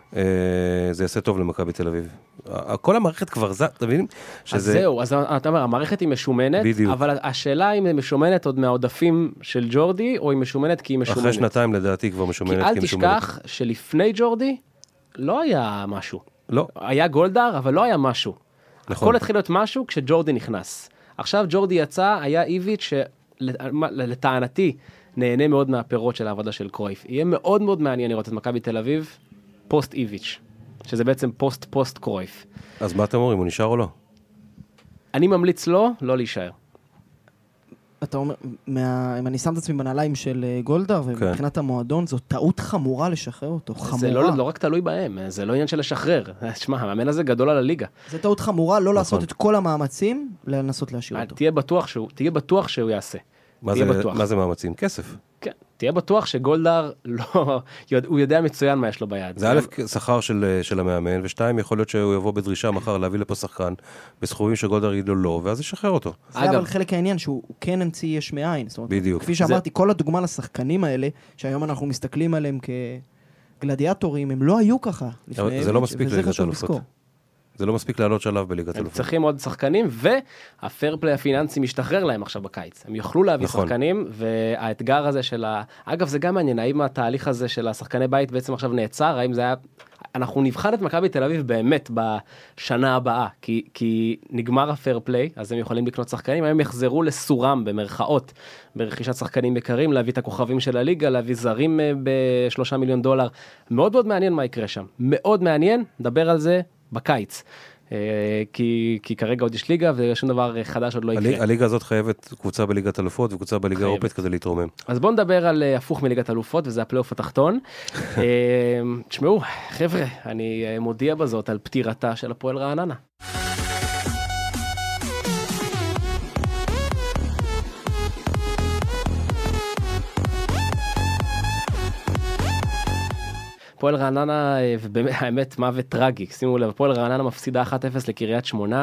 זה יעשה טוב למכבי תל אביב. כל המערכת כבר זה, אתה מבין? אז זהו, אז אתה אומר, המערכת היא משומנת, אבל השאלה אם היא משומנת עוד מהעודפים של ג'ורדי, או היא משומנת כי היא משומנת. אחרי שנתיים לדעתי כבר משומנת כי היא משומנת. כי אל תשכח שלפני ג'ורדי לא היה משהו. לא. היה גולדהר, אבל לא היה משהו. הכל התחיל להיות משהו כשג'ורדי נכנס. עכשיו ג'ורדי יצא, היה איביץ' שלטענתי נהנה מאוד מהפירות של העבודה של קרויף. יהיה מאוד מאוד מעניין לראות את מכבי תל אביב פוסט איביץ', שזה בעצם פוסט פוסט קרויף. אז מה אתם אומרים, הוא נשאר או לא? אני ממליץ לו, לא להישאר. אתה אומר, מה, אם אני שם את עצמי בנעליים של גולדהר, ומבחינת המועדון, זו טעות חמורה לשחרר אותו, חמורה. זה לא, לא רק תלוי בהם, זה לא עניין של לשחרר. תשמע, המאמן הזה גדול על הליגה. זה טעות חמורה, לא לעשות את כל המאמצים, לנסות להשאיר אותו. תהיה בטוח שהוא, תהיה בטוח שהוא יעשה. מה זה, מה זה מאמצים? כסף. כן, תהיה בטוח שגולדהר לא, הוא יודע מצוין מה יש לו ביד. זה א' שכר של, של המאמן, ושתיים יכול להיות שהוא יבוא בדרישה מחר להביא לפה שחקן, בסכומים שגולדהר יגיד לו לא, ואז ישחרר אותו. זה אגב, אבל חלק העניין שהוא כן אמציא יש מאין. זאת אומרת, בדיוק. כפי שאמרתי, זה... כל הדוגמה לשחקנים האלה, שהיום אנחנו מסתכלים עליהם כגלדיאטורים, הם לא היו ככה. לפני, זה לא מספיק לליגת האלופות. זה לא מספיק לעלות שלב בליגת האלופות. הם צריכים עוד שחקנים, והפייר-פליי הפיננסי משתחרר להם עכשיו בקיץ. הם יוכלו להביא נכון. שחקנים, והאתגר הזה של ה... אגב, זה גם מעניין, האם התהליך הזה של השחקני בית בעצם עכשיו נעצר, האם זה היה... אנחנו נבחן את מכבי תל אביב באמת בשנה הבאה, כי, כי נגמר הפייר-פליי, אז הם יכולים לקנות שחקנים, הם יחזרו לסורם במרכאות, ברכישת שחקנים יקרים, להביא את הכוכבים של הליגה, להביא זרים בשלושה מיליון דולר. מאוד מאוד מעניין מה יקרה שם. מאוד מעניין, נדבר על זה בקיץ, כי, כי כרגע עוד יש ליגה ושום דבר חדש עוד לא יקרה. הליגה הזאת חייבת קבוצה בליגת אלופות וקבוצה בליגה האירופית כדי להתרומם. אז בואו נדבר על הפוך מליגת אלופות, וזה הפלייאוף התחתון. תשמעו, חבר'ה, אני מודיע בזאת על פטירתה של הפועל רעננה. פועל רעננה, ובאמת מוות טרגי, שימו לב, פועל רעננה מפסידה אחת אפס לקריית שמונה,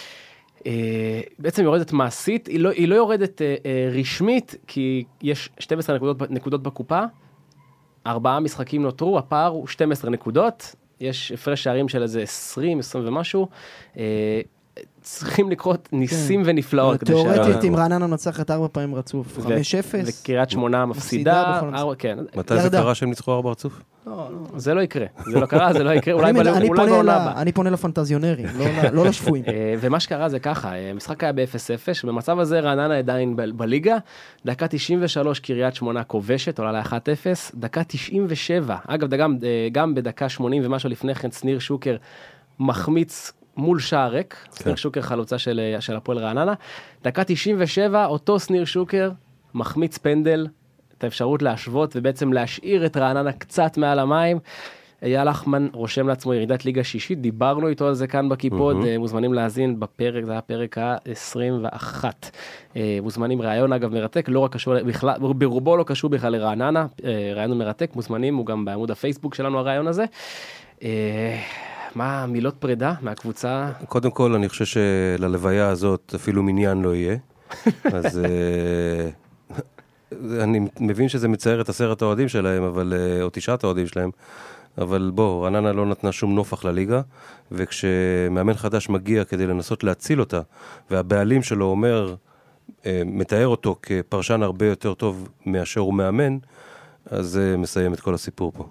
בעצם יורדת מעשית, היא לא, היא לא יורדת רשמית, כי יש שתים עשרה נקודות, נקודות בקופה, ארבעה משחקים נותרו, הפער הוא שתים עשרה נקודות, יש הפרש שערים של איזה עשרים, עשרים ומשהו, צריכים לקרות ניסים ונפלאות. תיאורטית, אם רעננה נוצחת ארבע פעמים רצוף, חמש אפס. וקריית שמונה מפסידה. מתי זה קרה שהם ניצחו ארבע רצוף? זה לא יקרה. זה לא קרה, זה לא יקרה. אולי בעונה הבאה. אני פונה לפנטזיונרים, לא לשפויים. ומה שקרה זה ככה, המשחק היה ב-אפס אפס, במצב הזה רעננה עדיין בליגה, דקה תשעים ושלוש קריית שמונה כובשת, עולה ל-אחת אפס, דקה תשעים ושבע, אגב, גם בדקה שמונים ומשהו לפני כן, שניר שוקר מחמיץ מול שער ריק, שניר שוקר חלוצה של, של הפועל רעננה, דקה תשעים ושבע, אותו שניר שוקר מחמיץ פנדל, את האפשרות להשוות ובעצם להשאיר את רעננה קצת מעל המים. אייל לחמן רושם לעצמו ירידת ליגה שישית, דיברנו איתו על זה כאן בקיפוד, mm-hmm. מוזמנים להאזין בפרק, זה היה פרק ה-עשרים ואחת. מוזמנים ראיון אגב מרתק, לא רק קשור, בכלל, ברובו לא קשור בכלל לרעננה, ראיון מרתק, מוזמנים, הוא גם בעמוד הפייסבוק שלנו הראיון הזה. מה מילות פרידה מהקבוצה? קודם כל, אני חושב שללוויה הזאת אפילו מניין לא יהיה. אז אני מבין שזה מצייר את עשרת האוהדים שלהם, אבל, או תשעת האוהדים שלהם, אבל בוא, רעננה לא נתנה שום נופח לליגה, וכשמאמן חדש מגיע כדי לנסות להציל אותה, והבעלים שלו אומר, מתאר אותו כפרשן הרבה יותר טוב מאשר הוא מאמן, אז זה מסיים את כל הסיפור פה.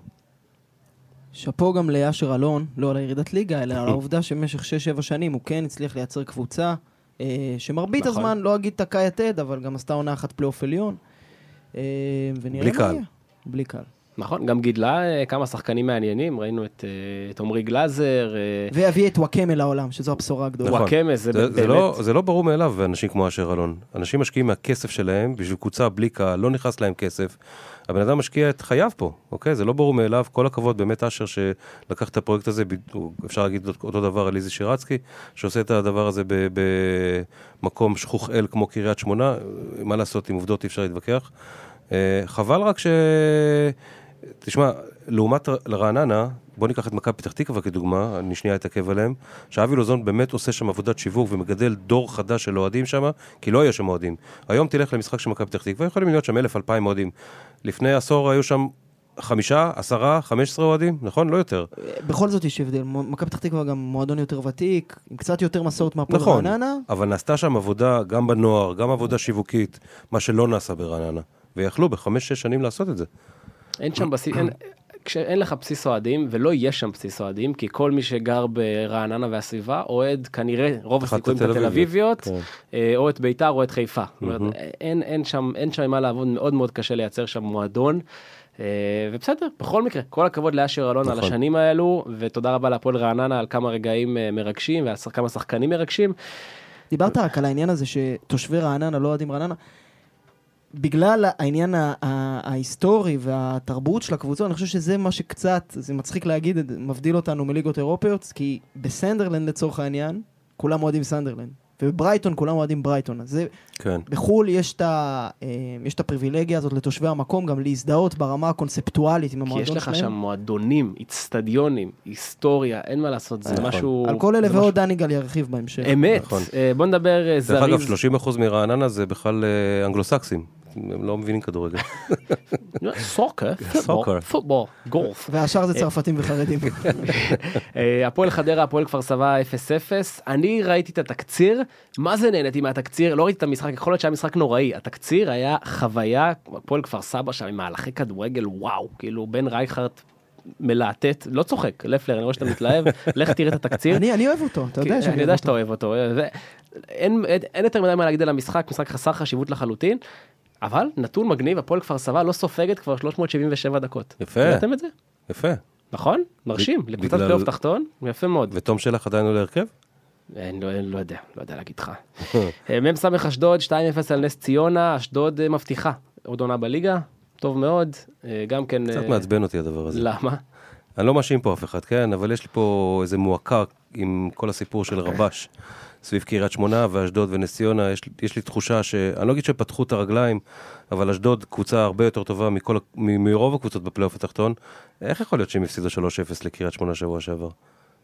שפו גם ליאשר אלון, לא על הירידת ליגה, אלא על העובדה שבמשך שש שבע שנים הוא כן הצליח לייצר קבוצה, שמרבית הזמן, לא אגיד תקע יתד, אבל גם עשתה עונה אחת פלייאוף עליון. בלי קהל. בלי קהל. נכון, גם גידלה כמה שחקנים מעניינים, ראינו את עומרי גלאזר. והביא את וואקמה לעולם, שזו הבשורה הגדולה. וואקמה זה באמת. זה לא ברור מאליו, אנשים כמו אשר אלון. אנשים משקיעים מהכסף שלהם, בשביל קבוצה בלי קהל, לא נכנס להם כסף. הבן אדם משקיע את חייו פה, אוקיי? זה לא ברור מאליו. כל הכבוד באמת אשר שלקח את הפרויקט הזה, אפשר להגיד אותו דבר על איזי שירצקי, שעושה את הדבר הזה במקום שכוח אל כמו קריית שמונה. מה לעשות עם עובדות אי אפשר להתווכח. חבל רק ש... תשמע, לעומת לרעננה, בוא ניקח את מכבי פתח תקווה כדוגמה, אני שנייה אתעכב עליהם, שאבי לוזון באמת עושה שם עבודת שיווק ומגדל דור חדש של אוהדים שם, כי לא היה שם אוהדים. היום תלך למשחק של מכבי פתח תקווה, יכולים להיות שם אלף, אלפיים אוהדים. לפני עשור היו שם חמישה, עשרה, חמש עשרה אוהדים, נכון? לא יותר. בכל זאת יש הבדל. מכבי פתח תקווה גם מועדון יותר ותיק, עם קצת יותר מסורת מהפועל נכון, רעננה. אבל נעשתה שם עבודה גם בנוער, גם עבודה שיווקית, מה שלא נעשה ברעננה. ויכלו בחמש, שש שנים לעשות את זה. אין שם בסיס, אין, כשאין לך בסיס אוהדים, ולא יש שם בסיס אוהדים, כי כל מי שגר ברעננה והסביבה, אוהד כנראה רוב הסיכויים את התל אביביות, או את ביתר או את חיפה. אין, אין שם, אין שם מה לעבוד, מאוד מאוד קשה לייצר שם מועדון, ובסדר, בכל מקרה, כל הכבוד לאשר אלון על השנים האלו, ותודה רבה להפועל רעננה על כמה רגעים מרגשים, ועל כמה שחקנים מרגשים. דיברת רק על העניין הזה שתושבי רעננה לא אוהדים רעננה, בגלל העניין ההיסטורי והתרבות של הקבוצה, אני חושב שזה מה שקצת, זה מצחיק להגיד, מבדיל אותנו מליגות אירופיות, כי בסנדרלנד לצורך העניין, כולם אוהדים סנדרלנד, ובברייטון כולם אוהדים ברייטון. אז זה, כן. בחול יש את, ה, יש את הפריבילגיה הזאת לתושבי המקום, גם להזדהות ברמה הקונספטואלית עם המועדון שלהם. כי יש לך שם מועדונים, אצטדיונים, היסטוריה, אין מה לעשות, זה משהו... על כל אלה ועוד דני גל ירחיב בהמשך. אמת, בוא נדבר זריז. דרך אגב, שלושים אחוז מרעננה זה בכלל אנגלוסקסים. הם לא מבינים כדורגל. סוקר, פוטבול, גולף. והשאר זה צרפתים וחרדים. הפועל חדרה, הפועל כפר סבא אפס אפס. אני ראיתי את התקציר, מה זה נהניתי מהתקציר? לא ראיתי את המשחק, יכול להיות שהיה משחק נוראי. התקציר היה חוויה, הפועל כפר סבא שם עם מהלכי כדורגל, וואו, כאילו בן רייכרט מלהטט, לא צוחק, לפלר, אני רואה שאתה מתלהב, לך תראה את התקציר. אני אוהב אותו, אתה יודע שאני יודע שאתה אוהב אותו. אין יותר מדי מה להגיד על המשחק, משחק חסר חשיבות לחלוטין. אבל נתון מגניב, הפועל כפר סבא לא סופגת כבר שלוש מאות שבעים ושבע דקות. יפה. ראיתם את זה? יפה. נכון? מרשים. לקבוצת פלייאוף תחתון, יפה מאוד. ותום שלך עדיין לא להרכב? אני לא יודע, לא יודע להגיד לך. מם סמך אשדוד, שתיים אפס על נס ציונה, אשדוד מבטיחה. עוד עונה בליגה, טוב מאוד. גם כן... קצת מעצבן אותי הדבר הזה. למה? אני לא מאשים פה אף אחד, כן? אבל יש לי פה איזה מועקה עם כל הסיפור של רבש. סביב קריית שמונה ואשדוד ונס ציונה, יש, יש לי תחושה ש... אני לא אגיד שפתחו את הרגליים, אבל אשדוד קבוצה הרבה יותר טובה מכל, מ- מרוב הקבוצות בפלייאוף התחתון. איך יכול להיות שהם הפסידו שלוש אפס לקריית שמונה שבוע שעבר?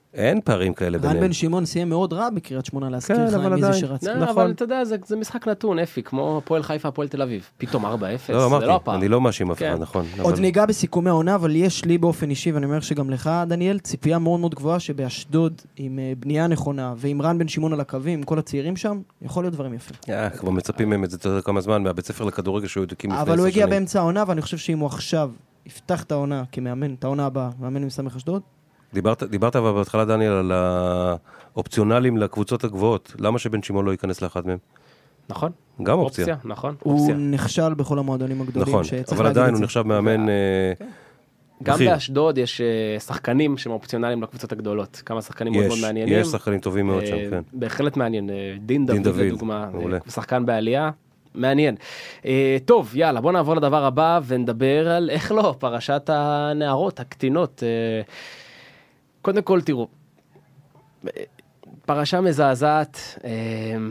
אין פערים כאלה ביניהם. רן בן שמעון סיים מאוד רע בקריית שמונה להזכיר כן, לך אבל עם מי זה עדיין. שרץ. לא, נכון. אבל אתה יודע, זה, זה משחק נתון, אפי, כמו פועל חיפה, פועל תל אביב. פתאום ארבע אפס, לא, זה אמרתי, לא הפעם. אני לא מאשים אף כן. אחד, נכון. עוד אבל- ניגע בסיכומי העונה, אבל יש לי באופן אישי, ואני אומר שגם לך, דניאל, ציפייה מאוד מאוד גבוהה שבאשדוד, עם אה, בנייה נכונה, ועם רן בן שמעון על הקווים, עם כל הצעירים שם, יכול להיות דברים יפים. אה, כבר מצפים מהם את זה אתה יודע כמה זמן, מהבית ספר לכדורגל שהוא הקים לפני אבל הוא עשר הגיע שנים. באמצע העונה, ואני חושב שאם הוא עכשיו יפתח את העונה כמאמן, את העונה הבאה, מאמן עם סמך אשדוד, דיברת, דיברת אבל בהתחלה, דניאל, על האופציונלים לקבוצות הגבוהות. למה שבן שמעון לא ייכנס לאחד מהם? נכון? גם אופציה. אופציה, נכון. הוא אופציה. נכשל בכל המועדונים הגדולים, נכון, שצריך אבל להגיד עדיין את הוא זה. נחשב מאמן... אה, גם בכיר. באשדוד יש אה, שחקנים שהם אופציונליים לקבוצות הגדולות. כמה שחקנים מאוד מאוד יש, מעניינים. יש שחקנים טובים מאוד שם, אה, כן. בהחלט מעניין. אה, דין דוד דוד, לדוגמה, מעולה. אה, שחקן בעלייה. מעניין. אה, טוב, יאללה, בוא נעבור לדבר הבא ונדבר על, איך לא, פרשת הנערות, הקטינות. אה, קודם כל, תראו, אה, פרשה מזעזעת, אה,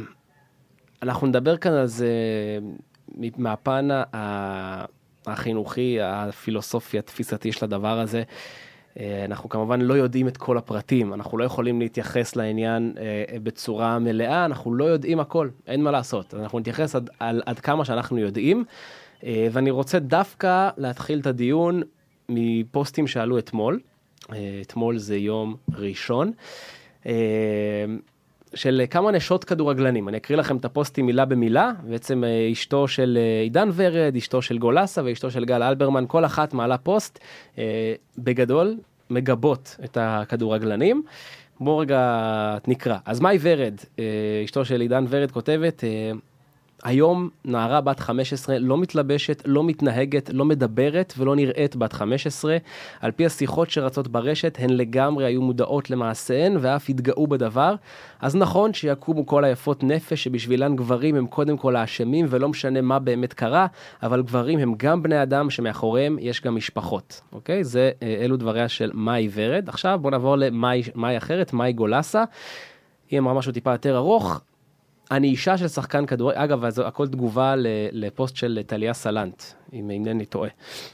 אנחנו נדבר כאן על זה מהפן ה- החינוכי, הפילוסופי, התפיסתי של הדבר הזה. אה, אנחנו כמובן לא יודעים את כל הפרטים, אנחנו לא יכולים להתייחס לעניין אה, בצורה מלאה, אנחנו לא יודעים הכל, אין מה לעשות. אנחנו נתייחס עד, על, עד כמה שאנחנו יודעים, אה, ואני רוצה דווקא להתחיל את הדיון מפוסטים שעלו אתמול. אה, אתמול זה יום ראשון. אה, של כמה נשות כדורגלנים. אני אקריא לכם את הפוסטים מילה במילה, בעצם אה, אשתו של אה, עידן ורד, אשתו של גולסה ואשתו של גל אלברמן, כל אחת מעלה פוסט, אה, בגדול מגבות את הכדורגלנים. בואו רגע נקרא. אז מאי ורד, אה, אשתו של עידן ורד, כותבת, אה, היום נערה בת חמש עשרה לא מתלבשת, לא מתנהגת, לא מדברת ולא נראית בת חמש עשרה. על פי השיחות שרצות ברשת, הן לגמרי היו מודעות למעשיהן ואף התגאו בדבר. אז נכון שיקומו כל היפות נפש שבשבילן גברים הם קודם כל האשמים ולא משנה מה באמת קרה, אבל גברים הם גם בני אדם שמאחוריהם יש גם משפחות. אוקיי? זה אלו דבריה של מאי ורד. עכשיו בואו נעבור למאי מאי אחרת, מאי גולסה. היא אמרה משהו טיפה יותר ארוך. אני אישה של שחקן כדורגל, אגב, אז הכל תגובה לפוסט של טליה סלנט, אם אינני טועה,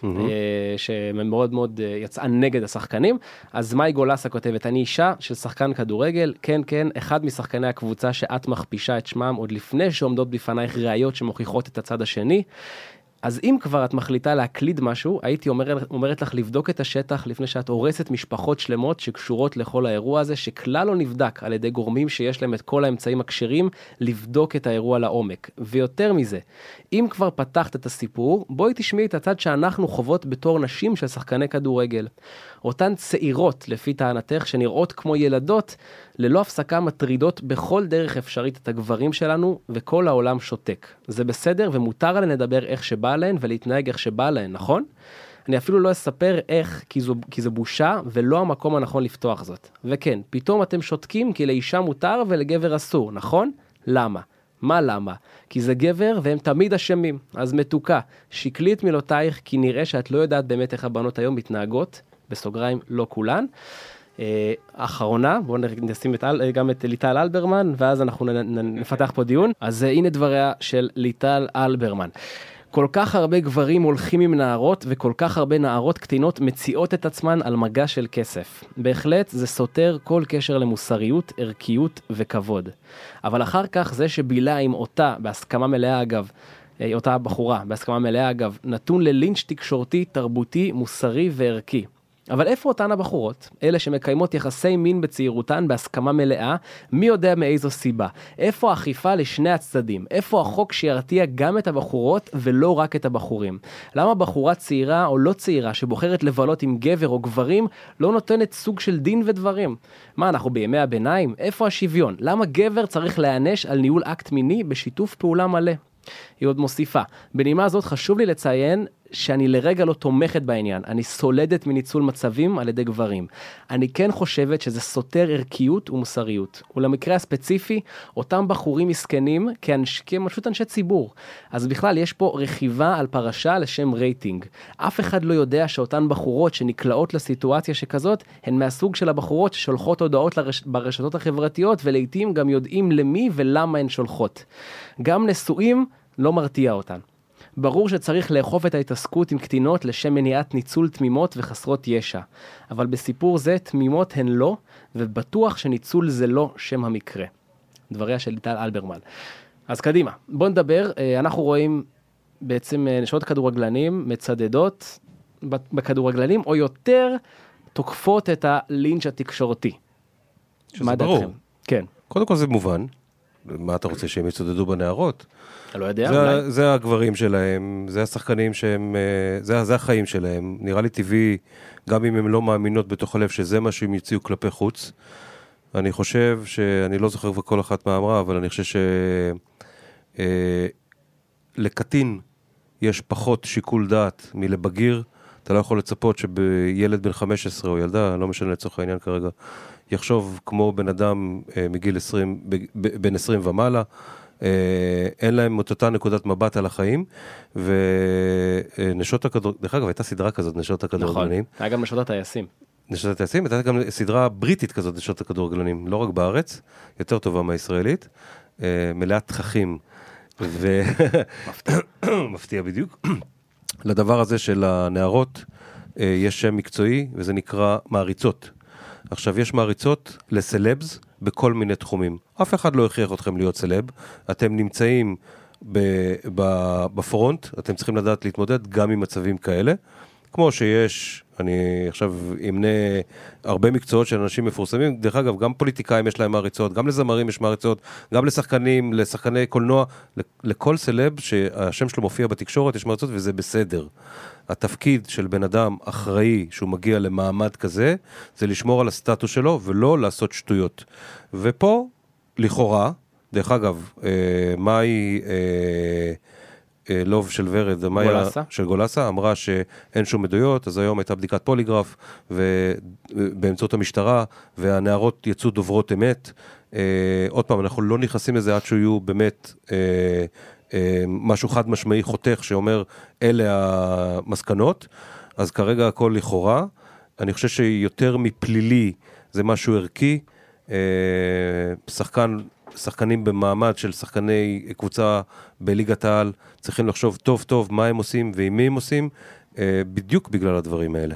שמאוד מאוד יצאה נגד השחקנים. אז מאי גולסה כותבת, אני אישה של שחקן כדורגל, כן, כן, אחד משחקני הקבוצה שאת מכפישה את שמם, עוד לפני שעומדות בפנייך ראיות שמוכיחות את הצד השני. אז אם כבר את מחליטה להקליד משהו, הייתי אומר, אומרת לך לבדוק את השטח לפני שאת הורסת משפחות שלמות שקשורות לכל האירוע הזה, שכלל לא נבדק על ידי גורמים שיש להם את כל האמצעים הקשרים, לבדוק את האירוע לעומק. ויותר מזה, אם כבר פתחת את הסיפור, בואי תשמעי את הצד שאנחנו חוות בתור נשים של שחקני כדורגל. אותן צעירות, לפי טענתך, שנראות כמו ילדות, ללא הפסקה מטרידות בכל דרך אפשרית את הגברים שלנו, וכל העולם שותק. זה בסדר ומותר עליהן לדבר איך שבא להן, ולהתנהג איך שבא להן, נכון? אני אפילו לא אספר איך, כי זו, כי זו בושה, ולא המקום הנכון לפתוח זאת. וכן, פתאום אתם שותקים כי לאישה מותר ולגבר אסור, נכון? למה? מה למה? כי זה גבר והם תמיד אשמים. אז מתוקה, שקלי את מילותייך, כי נראה שאת לא יודעת באמת איך הבנות היום מתנהגות, בסוגריים לא כולן. אה, אחרונה, בואו נשים את, גם את ליטל אלברמן, ואז אנחנו נפתח פה דיון. אז הנה דבריה של ליטל אלברמן. כל כך הרבה גברים הולכים עם נערות, וכל כך הרבה נערות קטינות מציעות את עצמן על מגע של כסף. בהחלט זה סותר כל קשר למוסריות, ערכיות וכבוד. אבל אחר כך זה שבילה עם אותה, בהסכמה מלאה אגב, אותה בחורה, בהסכמה מלאה אגב, נתון ללינץ' תקשורתי, תרבותי, מוסרי וערכי. אבל איפה אותן הבחורות? אלה שמקיימות יחסי מין בצעירותן בהסכמה מלאה, מי יודע מאיזו סיבה? איפה האכיפה לשני הצדדים? איפה החוק שירתיע גם את הבחורות ולא רק את הבחורים? למה בחורה צעירה או לא צעירה שבוחרת לבלות עם גבר או גברים לא נותנת סוג של דין ודברים? מה, אנחנו בימי הביניים? איפה השוויון? למה גבר צריך להיענש על ניהול אקט מיני בשיתוף פעולה מלא? היא עוד מוסיפה. בנימה הזאת חשוב לי לציין שאני לרגע לא תומכת בעניין. אני סולדת מניצול מצבים על ידי גברים. אני כן חושבת שזה סותר ערכיות ומוסריות. ולמקרה הספציפי, אותם בחורים מסכנים כמשהו אנשי ציבור. אז בכלל יש פה רכיבה על פרשה לשם רייטינג. אף אחד לא יודע שאותן בחורות שנקלעות לסיטואציה שכזאת, הן מהסוג של הבחורות ששולחות הודעות לרש... ברשתות החברתיות, ולעיתים גם יודעים למי ולמה הן שולחות. גם נשואים לא מרתיע אותן. ברור שצריך לאכוף את ההתעסקות עם קטינות לשם מניעת ניצול תמימות וחסרות ישע. אבל בסיפור זה תמימות הן לא, ובטוח שניצול זה לא שם המקרה. דבריה של ליטל אלברמן. אז קדימה, בוא נדבר. אנחנו רואים בעצם נשות כדורגלנים מצדדות בכדורגלנים, או יותר תוקפות את הלינץ' התקשורתי. שזה ברור. כן. קודם כל זה מובן. מה אתה רוצה שהם יצודדו בנערות? אתה לא יודע, זה, אולי? זה הגברים שלהם, זה השחקנים שהם, זה, זה החיים שלהם. נראה לי טבעי, גם אם הם לא מאמינות בתוך הלב שזה מה שהם יציעו כלפי חוץ. אני חושב שאני לא זוכר בכל אחת מה אמרה, אבל אני חושב ש... אה, לקטין יש פחות שיקול דעת מלבגיר. אתה לא יכול לצפות שבילד בן חמש עשרה או ילדה, לא משנה לצורך העניין כרגע, יחשוב כמו בן אדם אה, מגיל עשרים, ב, ב, בן עשרים ומעלה, אה, אין להם את אותה נקודת מבט על החיים, ונשות הכדורגלנים, דרך אגב, הייתה סדרה כזאת, נשות הכדורגלנים. נכון, היה גם נשות הטייסים. נשות הטייסים, הייתה גם סדרה בריטית כזאת, נשות הכדורגלנים, לא רק בארץ, יותר טובה מהישראלית, אה, מלאת תככים, ו... מפתיע. מפתיע בדיוק. לדבר הזה של הנערות, אה, יש שם מקצועי, וזה נקרא מעריצות. עכשיו, יש מעריצות לסלבס בכל מיני תחומים. אף אחד לא הכריח אתכם להיות סלב. אתם נמצאים ב- ב- בפרונט, אתם צריכים לדעת להתמודד גם עם מצבים כאלה. כמו שיש, אני עכשיו אמנה הרבה מקצועות של אנשים מפורסמים, דרך אגב, גם פוליטיקאים יש להם מעריצות, גם לזמרים יש מעריצות, גם לשחקנים, לשחקני קולנוע, לכל סלב שהשם שלו מופיע בתקשורת יש מעריצות, וזה בסדר. התפקיד של בן אדם אחראי שהוא מגיע למעמד כזה, זה לשמור על הסטטוס שלו ולא לעשות שטויות. ופה, לכאורה, דרך אגב, אה, מהי... אה, לוב של ורד, גולסה. של גולסה, אמרה שאין שום עדויות, אז היום הייתה בדיקת פוליגרף, ובאמצעות המשטרה, והנערות יצאו דוברות אמת. עוד פעם, אנחנו לא נכנסים לזה עד שיהיו באמת משהו חד משמעי חותך, שאומר, אלה המסקנות, אז כרגע הכל לכאורה. אני חושב שיותר מפלילי, זה משהו ערכי, שחקן, שחקנים במעמד של שחקני קבוצה בליגת העל, צריכים לחשוב טוב טוב מה הם עושים ועם מי הם עושים, בדיוק בגלל הדברים האלה.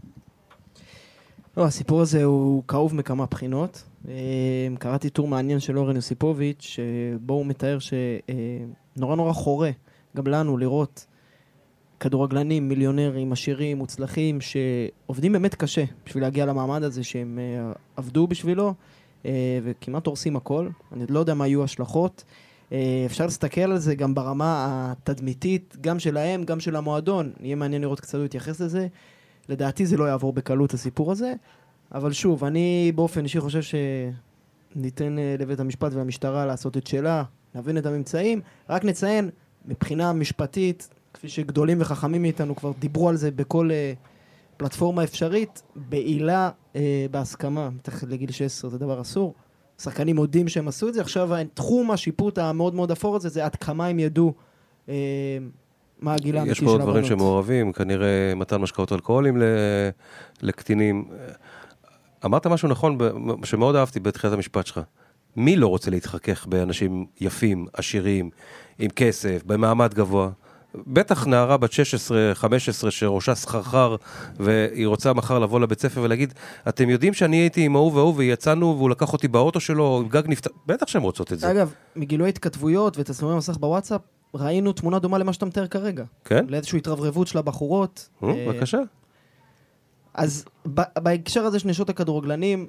לא, הסיפור הזה הוא כאוב מכמה בחינות. קראתי טור מעניין של אורן יוסיפוביץ', שבו הוא מתאר שנורא נורא חורה, גם לנו, לראות כדורגלנים, מיליונרים, עשירים, מוצלחים, שעובדים באמת קשה בשביל להגיע למעמד הזה שהם עבדו בשבילו, וכמעט הורסים הכל. אני לא יודע מה יהיו השלכות. אפשר להסתכל על זה גם ברמה התדמיתית, גם שלהם, גם של המועדון. יהיה מעניין לראות קצת להתייחס לזה. לדעתי זה לא יעבור בקלות הסיפור הזה, אבל שוב, אני באופן אישי חושב שניתן לבית המשפט והמשטרה לעשות את שלה, להבין את הממצאים. רק נציין, מבחינה משפטית, כפי שגדולים וחכמים מאיתנו כבר דיברו על זה בכל פלטפורמה אפשרית, בעילה בהסכמה, מתחת לגיל שש עשרה, זה דבר אסור. שחקנים מודים שהם עשו את זה. עכשיו, תחום השיפוט המאוד מאוד אפור הזה, זה עד כמה הם ידעו אה, מה הגיל האמיתי של הבנות. יש פה דברים שמעורבים, כנראה מתן משקאות אלכוהולים לקטינים. אמרת משהו נכון, שמאוד אהבתי בתחילת המשפט שלך. מי לא רוצה להתחכך באנשים יפים, עשירים, עם כסף, במעמד גבוה? בטח נערה בת שש עשרה חמש עשרה שראשה סחרחר והיא רוצה מחר לבוא לבית ספר ולהגיד, אתם יודעים שאני הייתי עם ההוא והוא ויצאנו והוא לקח אותי באוטו שלו עם גג נפתח, בטח שהן רוצות את זה. אגב, מגילוי התכתבויות ותצלומי מסך בוואטסאפ ראינו תמונה דומה למה שאתה מתאר כרגע. כן? לאיזושהי התרברבות של הבחורות. בבקשה. אז בהקשר הזה של נשות הכדורגלנים,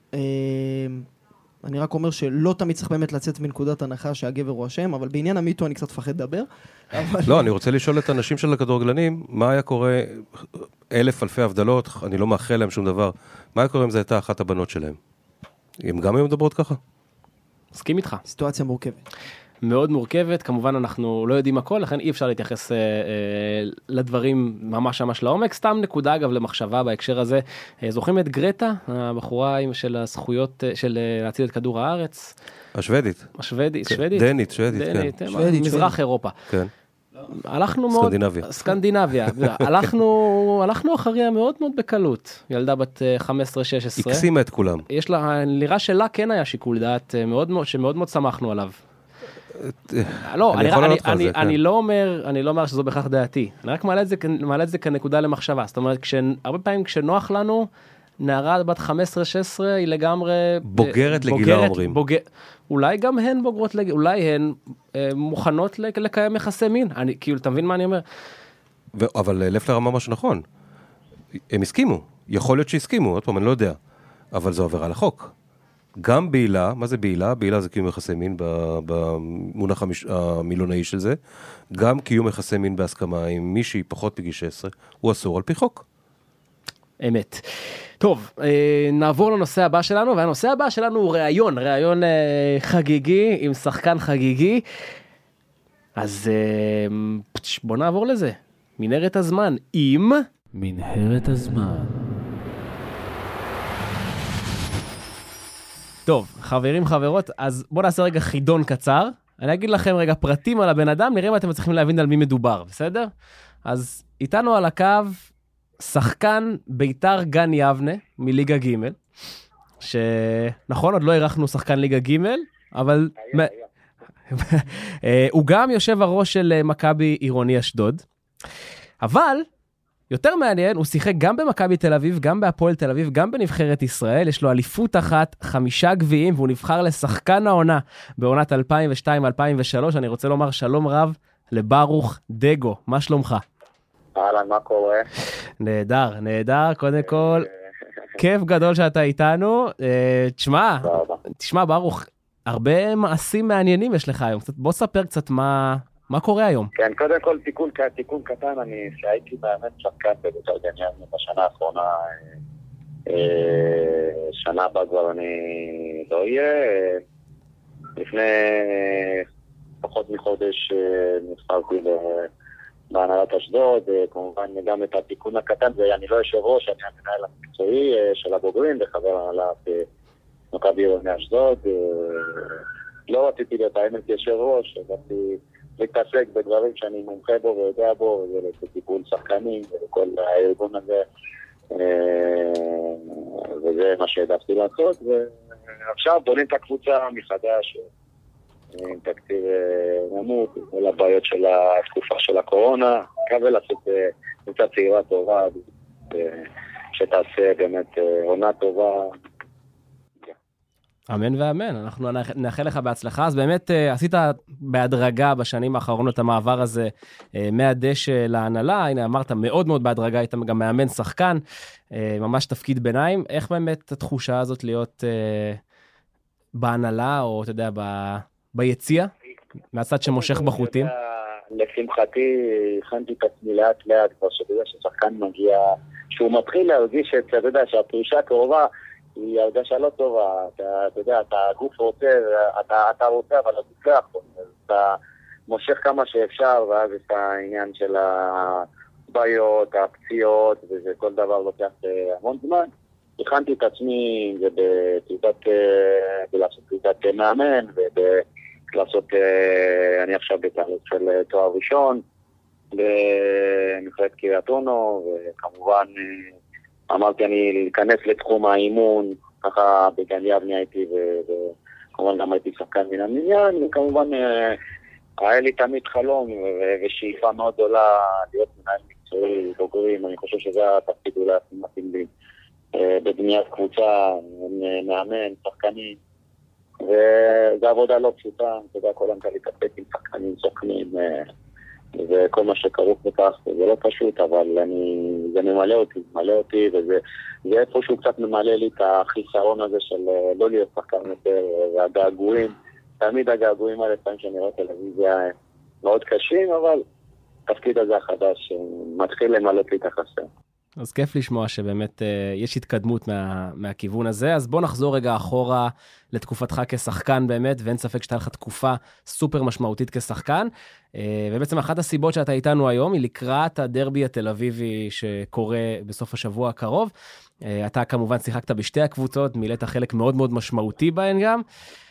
אני רק אומר שלא תמיד צריך באמת לצאת מנקודת הנחה שהגבר הוא השם, אבל בעניין המיטו אני קצת פחד לדבר. לא, אני רוצה לשאול את האנשים של הכדורגלנים, מה היה קורה, אלף אלפי הבדלות, אני לא מאחל להם שום דבר, מה היה קורה אם זה הייתה אחת הבנות שלהם? הם גם היו מדברות ככה? מסכים איתך. סיטואציה מורכבת. מאוד מורכבת, כמובן אנחנו לא יודעים הכל, לכן אי אפשר להתייחס אה, אה, לדברים ממש ממש לעומק. סתם נקודה אגב למחשבה בהקשר הזה, אה, זוכרים את גרטה, הבחורה של הזכויות, של אה, להציל את כדור הארץ? השוודית. השוודית, כן. שוודית? דנית, שוודית, דנית, כן. שוודית, מזרח שוודית. אירופה. כן. הלכנו מאוד, סקנדינביה. סקנדינביה, הלכנו, הלכנו אחריה מאוד מאוד בקלות, ילדה בת חמש עשרה שש עשרה. הקסימה את כולם. יש לה, נראה שלה כן היה שיקול דעת מאוד מאוד, שמאוד מאוד שמחנו עליו. לא, אני אני, יכול אני, לענות לך על אני, זה, אני כן. לא אומר, אני לא אומר שזו בכך דעתי. אני רק מעלה את זה, מעלה את זה כנקודה למחשבה. זאת אומרת, הרבה פעמים כשנוח לנו, נערה בת חמש עשרה שש עשרה היא לגמרי... בוגרת לגילה אומרים. בוגר, אולי גם הן בוגרות לגילה, אולי הן אה, מוכנות לקיים יחסי מין. אני, כאילו, אתה מבין מה אני אומר? ו- אבל לפלר אמר משהו נכון. הם הסכימו. יכול להיות שהסכימו, עוד פעם, אני לא יודע. אבל זו עבירה לחוק. גם בעילה, מה זה בעילה? בעילה זה קיום יחסי מין במונח המש... המילונאי של זה. גם קיום יחסי מין בהסכמה עם מישהי פחות מגיל שש עשרה, הוא אסור על פי חוק. אמת. טוב, נעבור לנושא הבא שלנו, והנושא הבא שלנו הוא ראיון, ראיון חגיגי עם שחקן חגיגי. אז בוא נעבור לזה. מנהרת הזמן עם... מנהרת הזמן. טוב, חברים, חברות, אז בואו נעשה רגע חידון קצר. אני אגיד לכם רגע פרטים על הבן אדם, נראה אם אתם צריכים להבין על מי מדובר, בסדר? אז איתנו על הקו שחקן ביתר גן יבנה מליגה ג' שנכון, עוד לא אירחנו שחקן ליגה ג' אבל הוא גם יושב הראש של מכבי עירוני אשדוד, אבל יותר מעניין, הוא שיחק גם במכבי תל אביב, גם בהפועל תל אביב, גם בנבחרת ישראל, יש לו אליפות אחת, חמישה גביעים, והוא נבחר לשחקן העונה בעונת אלפיים ושתיים אלפיים ושלוש. אני רוצה לומר שלום רב לברוך דגו, מה שלומך? אהלן, מה קורה? נהדר, נהדר, קודם כל, כיף גדול שאתה איתנו. תשמע, תשמע ברוך, הרבה מעשים מעניינים יש לך היום, בוא ספר קצת מה... מה קורה היום? כן, קודם כל תיקון, תיקון קטן, אני שהייתי באמת שחקן בביתר גן יבנה בשנה האחרונה, שנה הבאה כבר אני לא אהיה. לפני פחות מחודש נבחרתי בהנהלת אשדוד, כמובן גם את התיקון הקטן, ואני לא יושב ראש, אני המנהל המקצועי של הבוגרים וחבר הנהלת מכבי עירוני אשדוד. לא רציתי להיות האמת יושב ראש, רציתי להתעסק בדברים שאני מומחה בו ויודע בו, ולטיפול שחקנים ולכל הארגון הזה, וזה מה שהעדפתי לעשות. ועכשיו בונים את הקבוצה מחדש עם תקציב נמוך, עם כל הבעיות של התקופה של הקורונה, מקווה לעשות קבוצה צעירה טובה שתעשה באמת עונה טובה. אמן ואמן, אנחנו נאחל לך בהצלחה. אז באמת עשית בהדרגה בשנים האחרונות המעבר הזה מהדשא להנהלה, הנה אמרת מאוד מאוד בהדרגה, היית גם מאמן שחקן, ממש תפקיד ביניים. איך באמת התחושה הזאת להיות בהנהלה, או אתה יודע, ביציע, מהצד שמושך בחוטים? לשמחתי, הכנתי את עצמי לאט לאט, כבר שבגלל ששחקן מגיע, שהוא מתחיל להרגיש את, אתה יודע, שהפרישה הקרובה, היא הרגשה לא טובה, אתה, אתה יודע, אתה הגוף רוצה, אתה, אתה רוצה, אבל הגוף לא יכול, אתה מושך כמה שאפשר, ואז את העניין של הבעיות, הפציעות, וזה כל דבר לוקח המון זמן. הכנתי את עצמי ובתעודת, בלעשות תעודת מאמן, ובלעשות, אני עכשיו בתהליך של תואר ראשון, במכללת קריית אונו, וכמובן אמרתי אני להיכנס לתחום האימון, ככה בגן יבנה הייתי, וכמובן גם הייתי שחקן מן המניין, וכמובן היה לי תמיד חלום ושאיפה מאוד גדולה להיות מנהל מקצועי, בוגרים, אני חושב שזה התפקיד אולי הכי מתאים לי בבניית קבוצה, מאמן, שחקנים, וזו עבודה לא פשוטה, אתה יודע, כל המקל להתאפק עם שחקנים, סוכנים, וכל מה שכרוך בכך, זה לא פשוט, אבל אני, זה ממלא אותי, ממלא אותי, וזה זה איפשהו קצת ממלא לי את החיסרון הזה של לא להיות שחקן יותר, והגעגועים, תמיד הגעגועים האלה, פעמים שאני רואה טלוויזיה מאוד קשים, אבל התפקיד הזה החדש מתחיל למלא לי את החסר. אז כיף לשמוע שבאמת יש התקדמות מה, מהכיוון הזה. אז בוא נחזור רגע אחורה לתקופתך כשחקן באמת, ואין ספק שתהיה לך תקופה סופר משמעותית כשחקן. ובעצם אחת הסיבות שאתה איתנו היום היא לקראת הדרבי התל אביבי שקורה בסוף השבוע הקרוב. אתה כמובן שיחקת בשתי הקבוצות, מילאת חלק מאוד מאוד משמעותי בהן גם.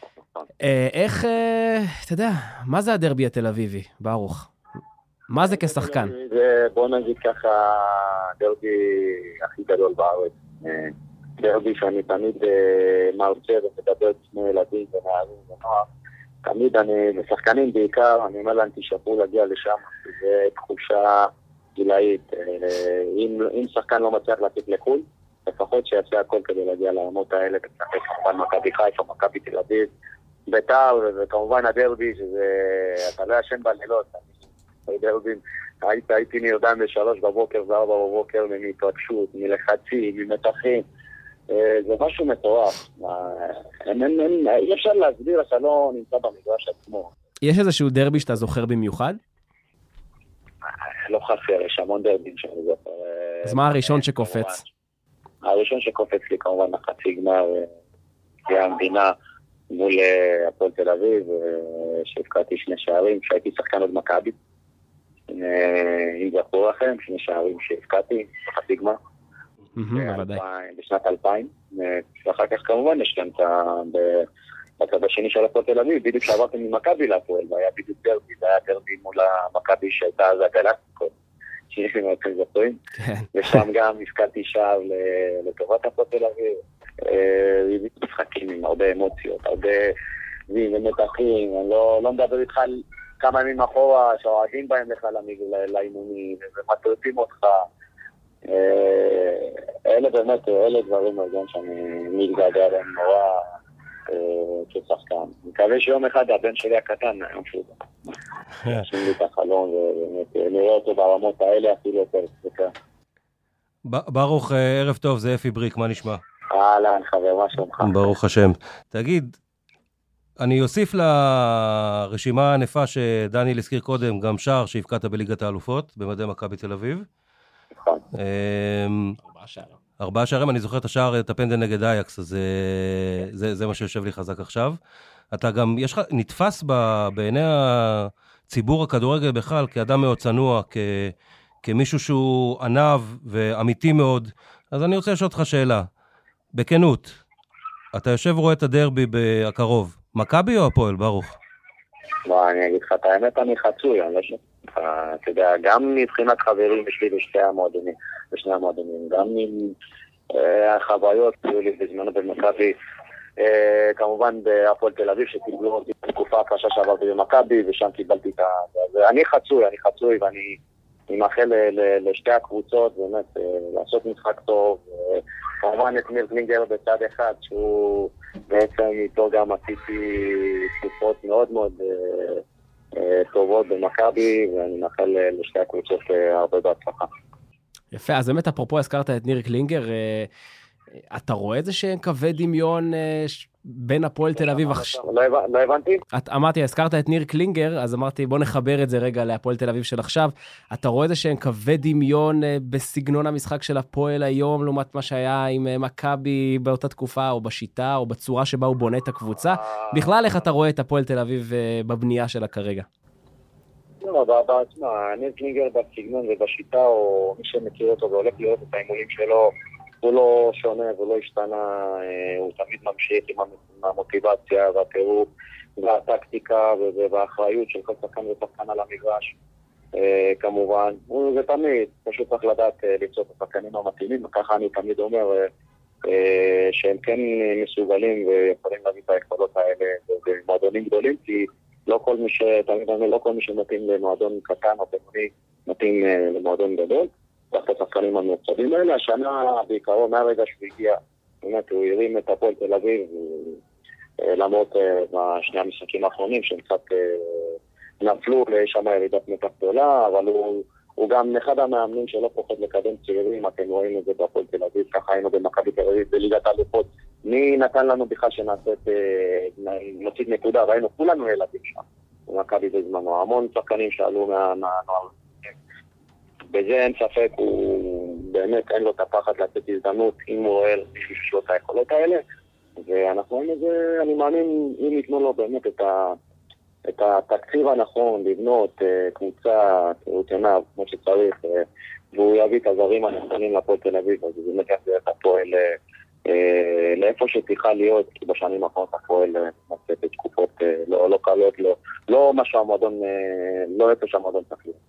איך, אתה יודע, מה זה הדרבי התל אביבי, ברוך? מה זה כשחקן? זה, בוא נגיד ככה, דרבי הכי גדול בארץ. דרבי שאני תמיד מרצה ומדבר בפני ילדים ונערים ונוער. תמיד אני, לשחקנים בעיקר, אני אומר להם תשאפו להגיע לשם, זה תחושה גילאית. אם, אם שחקן לא מצליח לצאת לחו"ל, לפחות שיעשה הכל כדי להגיע לרמות האלה, וצריך כמובן מכבי חיפה, מכבי תל אביב, בית"ר, וכמובן הדרבי, שזה, אתה לא ישן בלילות, אני דרבים, הייתי, הייתי נרדם בשלוש בבוקר וארבע בבוקר, מהתרגשות, מלחצים, ממתחים, זה משהו מטורף. אי אפשר להסביר שאתה לא נמצא במגרש עצמו. יש איזשהו דרבי שאתה זוכר במיוחד? לא חסר, יש המון דרבים שאני זוכר. אז מה הראשון שקופץ? הראשון שקופץ לי כמובן החצי גמר גביע המדינה מול הפועל תל אביב, שהבקעתי שני שערים, שהייתי שחקן עוד מכבי. אם זכור לכם, שני שערים שהבקעתי בחצי גמר. בשנת אלפיים, ואחר כך כמובן יש להם בצד השני של הפועל תל אביב, בדיוק שעברתם ממכבי להפועל, והיה בדיוק דרבי, זה היה דרבי מול המכבי שהייתה אז הגלקטיקות, שיש לי אתם זוכרים, ושם גם הפקעתי שער לטובת הפועל תל אביב, משחקים עם הרבה אמוציות, הרבה ומתחים, אני לא מדבר איתך על כמה ימים אחורה שהועדים בהם לך לאימונים, ומטריפים אותך, אלה באמת, אלה דברים מרגעים שאני מתגעגע עליהם נורא כשחקן. אני מקווה שיום אחד הבן שלי הקטן, היום שהוא ישלים לי את החלום ובאמת נראה אותו ברמות האלה אפילו יותר. ברוך, ערב טוב, זה אפי בריק, מה נשמע? אהלן, חבר, מה שלומך? ברוך השם. תגיד, אני אוסיף לרשימה הענפה שדניאל הזכיר קודם, גם שער שהבקעת בליגת האלופות, במדי מכבי תל אביב. נכון. ארבעה שערים. ארבעה שערים, אני זוכר את השער, את הפנדל נגד אייקס, אז זה, זה מה שיושב לי חזק עכשיו. אתה גם, יש לך, נתפס בעיני הציבור הכדורגל בכלל, כאדם מאוד צנוע, כ, כמישהו שהוא ענב ואמיתי מאוד. אז אני רוצה לשאול אותך שאלה, בכנות, אתה יושב ורואה את הדרבי הקרוב, מכבי או הפועל, ברוך? לא, אני אגיד לך את האמת, אני חצוי, אני לא שומע. אתה יודע, גם מבחינת חברים בשביל בשתי המועדונים, בשני המועדונים, גם עם החוויות בזמנו במכבי, כמובן בהפועל תל אביב שקיבלו אותי בתקופה הקשה שעברתי במכבי ושם קיבלתי את ה... אני חצוי, אני חצוי ואני מאחל לשתי הקבוצות באמת לעשות משחק טוב, כמובן את ניר קלינגר בצד אחד שהוא בעצם איתו גם עשיתי תקופות מאוד מאוד טובות במכבי, ואני מאחל לשתי הקבוצות הרבה בהצלחה. יפה, אז באמת אפרופו הזכרת את ניר קלינגר, אתה רואה איזה שהם קווי דמיון בין הפועל תל אביב? לא הבנתי. אמרתי, הזכרת את ניר קלינגר, אז אמרתי בוא נחבר את זה רגע להפועל תל אביב של עכשיו. אתה רואה איזה שהם קווי דמיון בסגנון המשחק של הפועל היום, לעומת מה שהיה עם מכבי באותה תקופה, או בשיטה, או בצורה שבה הוא בונה את הקבוצה? בכלל, איך אתה רואה את הפועל תל אביב בבנייה שלה כרגע? לא, בעצמה, ניר קלינגר בסגנון ובשיטה, או מי שמכיר אותו והולך לראות את האימונים שלו, הוא לא שונה ולא השתנה, הוא תמיד ממשיך עם המוטיבציה והטירוף והטקטיקה והאחריות של כל שחקן ושחקן על המגרש, כמובן. זה תמיד, פשוט צריך לדעת ליצור את השחקנים המתאימים, וככה אני תמיד אומר שהם כן מסוגלים ויכולים להביא את היכולות האלה במועדונים גדולים, כי לא כל מי ש... תמיד אומר, לא כל מי שמתאים למועדון קטן או בינוני מתאים למועדון גדול. דווקא השחקנים המייצבים האלה, השנה בעיקרו מהרגע שהוא הגיע, באמת הוא הרים את הפועל תל אביב, למרות בשני המשחקים האחרונים שהם קצת נפלו לשם ירידת מתח גדולה, אבל הוא, הוא גם אחד המאמנים שלא פוחד לקדם צעירים, אתם רואים את זה בהפועל תל אביב, ככה היינו במכבי תל אביב בליגת האלופות, מי נתן לנו בכלל שנעשית, נוציא נקודה, ראינו כולנו ילדים שם, במכבי בזמנו, המון שחקנים שעלו מהנוער. בזה אין ספק, הוא באמת אין לו את הפחד לתת הזדמנות אם הוא רואה בשביל שלו את היכולות האלה, ואנחנו רואים את זה, אני מאמין, אם ייתנו לו באמת את, ה, את התקציב הנכון, לבנות קבוצה, תאותנה, כמו שצריך, והוא יביא את הזרים הנכונים לפועל תל אביב, אז זה באמת יחזיר את הפועל לאיפה שתיכה להיות, כי בשנים האחרונות הפועל נעשית את תקופות לא, לא קלות, לא, לא מה שהמועדון, לא איפה שהמועדון צריך להיות.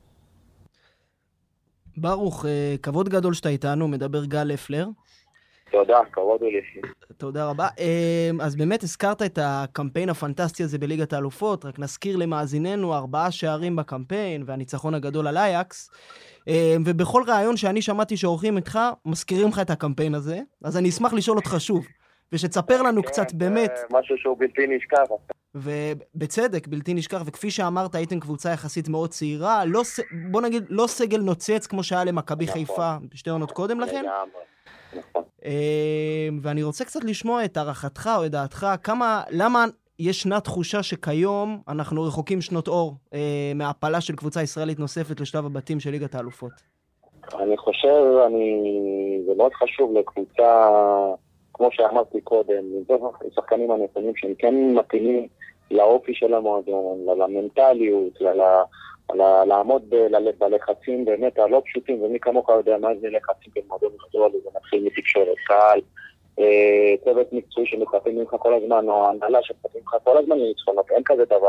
ברוך, כבוד גדול שאתה איתנו, מדבר גל אפלר. תודה, כבוד לי. תודה רבה. אז באמת הזכרת את הקמפיין הפנטסטי הזה בליגת האלופות, רק נזכיר למאזיננו ארבעה שערים בקמפיין והניצחון הגדול על אייקס, ובכל רעיון שאני שמעתי שעורכים איתך, מזכירים לך את הקמפיין הזה, אז אני אשמח לשאול אותך שוב, ושתספר לנו קצת באמת. משהו שהוא בלתי נשכח. ובצדק, בלתי נשכח, וכפי שאמרת, הייתם קבוצה יחסית מאוד צעירה, לא, בוא נגיד, לא סגל נוצץ כמו שהיה למכבי חיפה בשתי עונות קודם לכן. נכון. ואני רוצה קצת לשמוע את הערכתך או את דעתך, כמה, למה ישנה תחושה שכיום אנחנו רחוקים שנות אור מהפלה של קבוצה ישראלית נוספת לשלב הבתים של ליגת האלופות? אני חושב, אני, זה מאוד חשוב לקבוצה, כמו שאמרתי קודם, שחקנים הנכונים שהם כן מתאימים לאופי של המועדון, למנטליות, לעמוד בלחצים באמת הלא פשוטים, ומי כמוך יודע מה זה לחצים במועדון גדול, זה מתחיל מתקשורת, קהל, צוות מקצועי שמתפים ממך כל הזמן, או הנהלה שמתפים ממך כל הזמן לניצחונות, אין כזה דבר.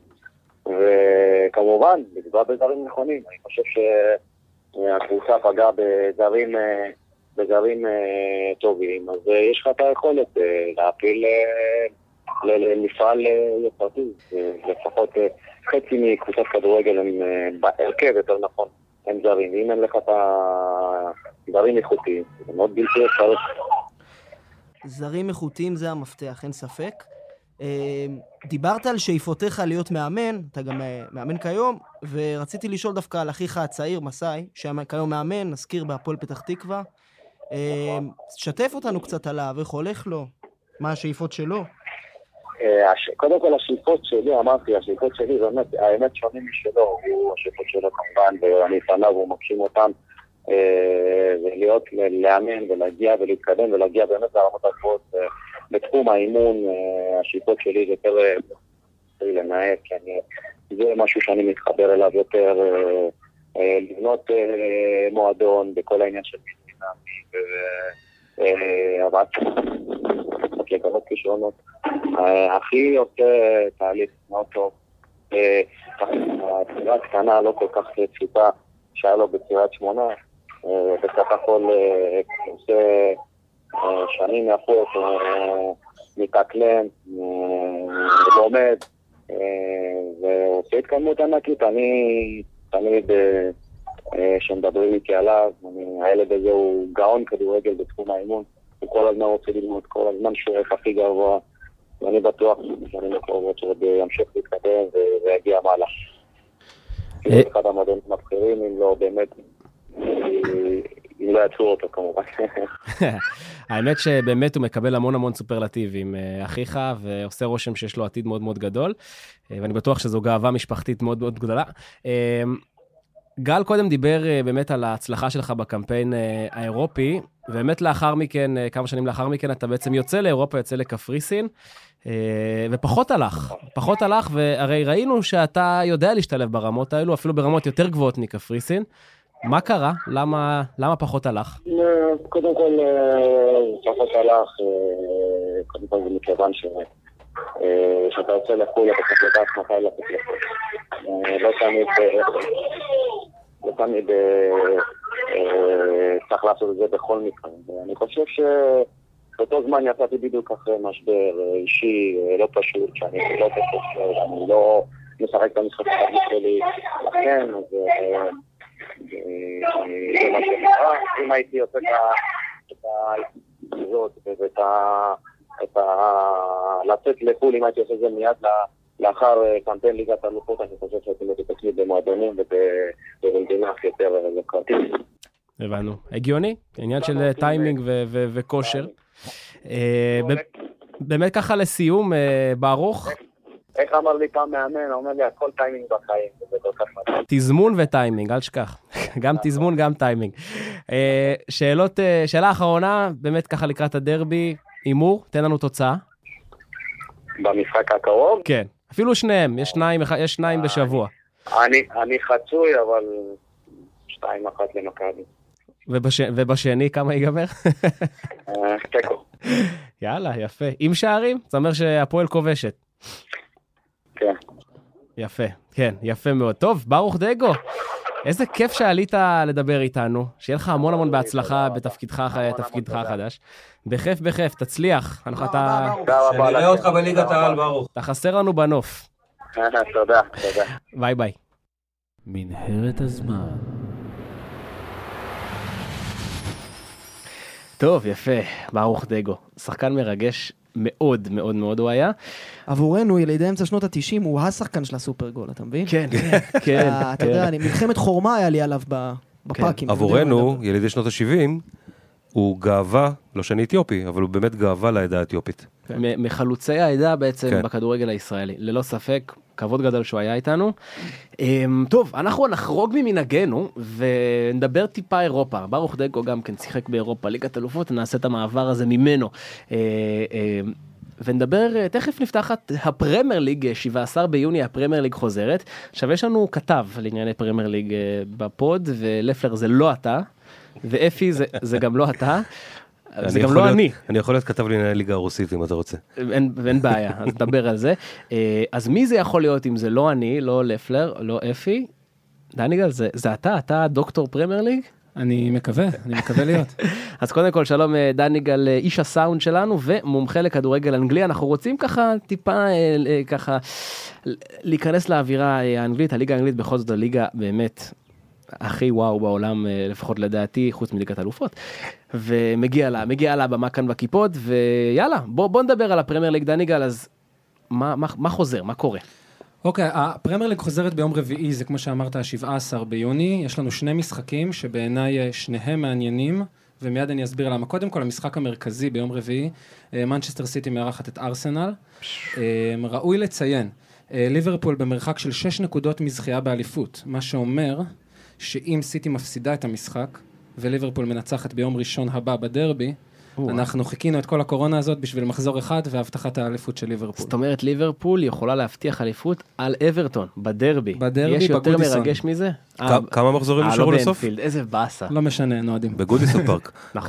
וכמובן, לגוע בזרים נכונים, אני חושב שהקבוצה פגעה בזרים בזרים טובים, אז יש לך את היכולת להפיל למפעל יפרטי, לפחות חצי מקבוצת כדורגל הם בהרכב, יותר נכון, הם זרים, ואם אין לך את הזרים איכותיים, זה מאוד בלתי אפשרי. זרים איכותיים זה המפתח, אין ספק. דיברת על שאיפותיך להיות מאמן, אתה גם מאמן כיום, ורציתי לשאול דווקא על אחיך הצעיר, מסאי, שכיום מאמן, נזכיר בהפועל פתח תקווה. שתף אותנו קצת עליו, איך הולך לו? מה השאיפות שלו? קודם כל השאיפות שלי, אמרתי, השאיפות שלי, באמת, האמת שונים משלו, הוא השאיפות שלו כמובן, ואני פניו, הוא מגשים אותם, ולהיות, לאמן ולהגיע ולהתקדם ולהגיע באמת לרמות הגבוהות בתחום האימון. השאיפות שלי זה יותר לנהל, כי אני, זה משהו שאני מתחבר אליו יותר, לבנות מועדון בכל העניין של דינמי והבאת לגלות כישרונות. הכי עושה תהליך מאוד טוב, בצירה קטנה לא כל כך פשוטה שהיה לו בצירת שמונה, בסך הכל עושה שנים יפות, מתאקלם, לומד, ועושה התקדמות ענקית. אני תמיד שמדברים איתי עליו, הילד הזה הוא גאון כדורגל בתחום האימון, הוא כל הזמן רוצה ללמוד, כל הזמן שואף הכי גבוה, ואני בטוח שאני מקרובות שעוד ימשיך להתקדם ויגיע מעלה. זה אחד המועדונים הבכירים, אם לא באמת, אם לא יצאו אותו כמובן. האמת שבאמת הוא מקבל המון המון סופרלטיבים, אחיך, ועושה רושם שיש לו עתיד מאוד מאוד גדול, ואני בטוח שזו גאווה משפחתית מאוד מאוד גדולה. גל קודם דיבר באמת על ההצלחה שלך בקמפיין האירופי, ובאמת לאחר מכן, כמה שנים לאחר מכן, אתה בעצם יוצא לאירופה, יוצא לקפריסין, ופחות הלך, פחות הלך, והרי ראינו שאתה יודע להשתלב ברמות האלו, אפילו ברמות יותר גבוהות מקפריסין. מה קרה? למה, למה פחות הלך? קודם כל, פחות הלך, קודם כל זה מכיוון ש... שאתה רוצה לחול, אתה צריך לדעת מתי לתת לחול. לא תמיד, לא תמיד צריך לעשות את זה בכל מקרה. אני חושב שבאותו זמן יצאתי בדיוק אחרי משבר אישי לא פשוט, שאני לא פשוט, אני לא משחק את המשחק החדש שלי, לכן, אז זה מה שנראה. אם הייתי יוצא את הזאת ואת ה... את ה... לצאת לחול, אם הייתי עושה זה מיד לאחר קמפיין ליגת האלופות, אני חושב שאתם מתתקלי במועדונים ובמדינה יותר לקרטית. הבנו. הגיוני? עניין של טיימינג וכושר. באמת ככה לסיום, ברוך? איך אמר לי פעם מאמן? אומר לי, הכל טיימינג בחיים. תזמון וטיימינג, אל שכח. גם תזמון, גם טיימינג. שאלות, שאלה אחרונה, באמת ככה לקראת הדרבי, אימור, תן לנו תוצאה. במשחק הקרוב? כן, אפילו שניהם, יש שניים, יש שניים בשבוע. אני, אני חצוי, אבל שתיים אחת למכבי. ובש... ובשני כמה ייגמר? תיקו. יאללה, יפה. עם שערים? זאת אומרת שהפועל כובשת. כן. יפה, כן, יפה מאוד. טוב, ברוך דגו. איזה כיף שעלית לדבר איתנו, שיהיה לך המון המון בהצלחה בתפקידך החדש. בכיף, בכיף, תצליח. אתה... נראה אותך בליגת העל, ברוך. אתה חסר לנו בנוף. תודה, תודה. ביי ביי. מנהרת הזמן. טוב, יפה, ברוך דגו. שחקן מרגש מאוד מאוד מאוד הוא היה. עבורנו, ילידי אמצע שנות ה-תשעים, הוא השחקן של הסופרגול, אתה מבין? כן, כן. אתה יודע, מלחמת חורמה היה לי עליו בפאקים. עבורנו, ילידי שנות ה-שבעים, הוא גאווה, לא שאני אתיופי, אבל הוא באמת גאווה לעדה האתיופית. מחלוצי העדה בעצם בכדורגל הישראלי. ללא ספק, כבוד גדול שהוא היה איתנו. טוב, אנחנו נחרוג ממנהגנו ונדבר טיפה אירופה. ברוך דגו גם כן שיחק באירופה, ליגת אלופות, נעשה את המעבר הזה ממנו. ונדבר, תכף נפתחת הפרמייר ליג, שבעה עשר ביוני הפרמייר ליג חוזרת. עכשיו יש לנו כתב לענייני פרמייר ליג בפוד, ולפלר זה לא אתה, ואפי זה, זה גם לא אתה. זה גם לא להיות, אני. אני יכול להיות כתב לענייני ליגה הרוסית אם אתה רוצה. אין, אין בעיה, אז נדבר על זה. אז מי זה יכול להיות אם זה לא אני, לא לפלר, לא אפי? דניגל, זה, זה אתה, אתה דוקטור פרמייר ליג? אני מקווה, אני מקווה להיות. אז קודם כל, שלום דניגל, איש הסאונד שלנו ומומחה לכדורגל אנגלי. אנחנו רוצים ככה טיפה, ככה, להיכנס לאווירה האנגלית. הליגה האנגלית בכל זאת הליגה באמת הכי וואו בעולם, לפחות לדעתי, חוץ מליגת אלופות. ומגיע לה, מגיע לה במה כאן בקיפוד, ויאללה, בוא, בוא נדבר על הפרמייר ליג דניגל, אז מה, מה, מה חוזר, מה קורה? אוקיי, הפרמייר ליג חוזרת ביום רביעי, זה כמו שאמרת, שבעה עשר ביוני, יש לנו שני משחקים שבעיניי שניהם מעניינים, ומיד אני אסביר למה. קודם כל, המשחק המרכזי ביום רביעי, מנצ'סטר סיטי מארחת את ארסנל, ראוי לציין, ליברפול במרחק של שש נקודות מזכייה באליפות, מה שאומר שאם סיטי מפסידה את המשחק, וליברפול מנצחת ביום ראשון הבא בדרבי, אנחנו חיכינו את כל הקורונה הזאת בשביל מחזור אחד והבטחת האליפות של ליברפול. זאת אומרת, ליברפול יכולה להבטיח אליפות על אברטון, בדרבי. בדרבי, יש יותר בגודיסון. מרגש מזה? כמה מחזורים נשארו לא לסוף? באנפילד, איזה באסה. לא משנה, נועדים. בגודיסון פארק.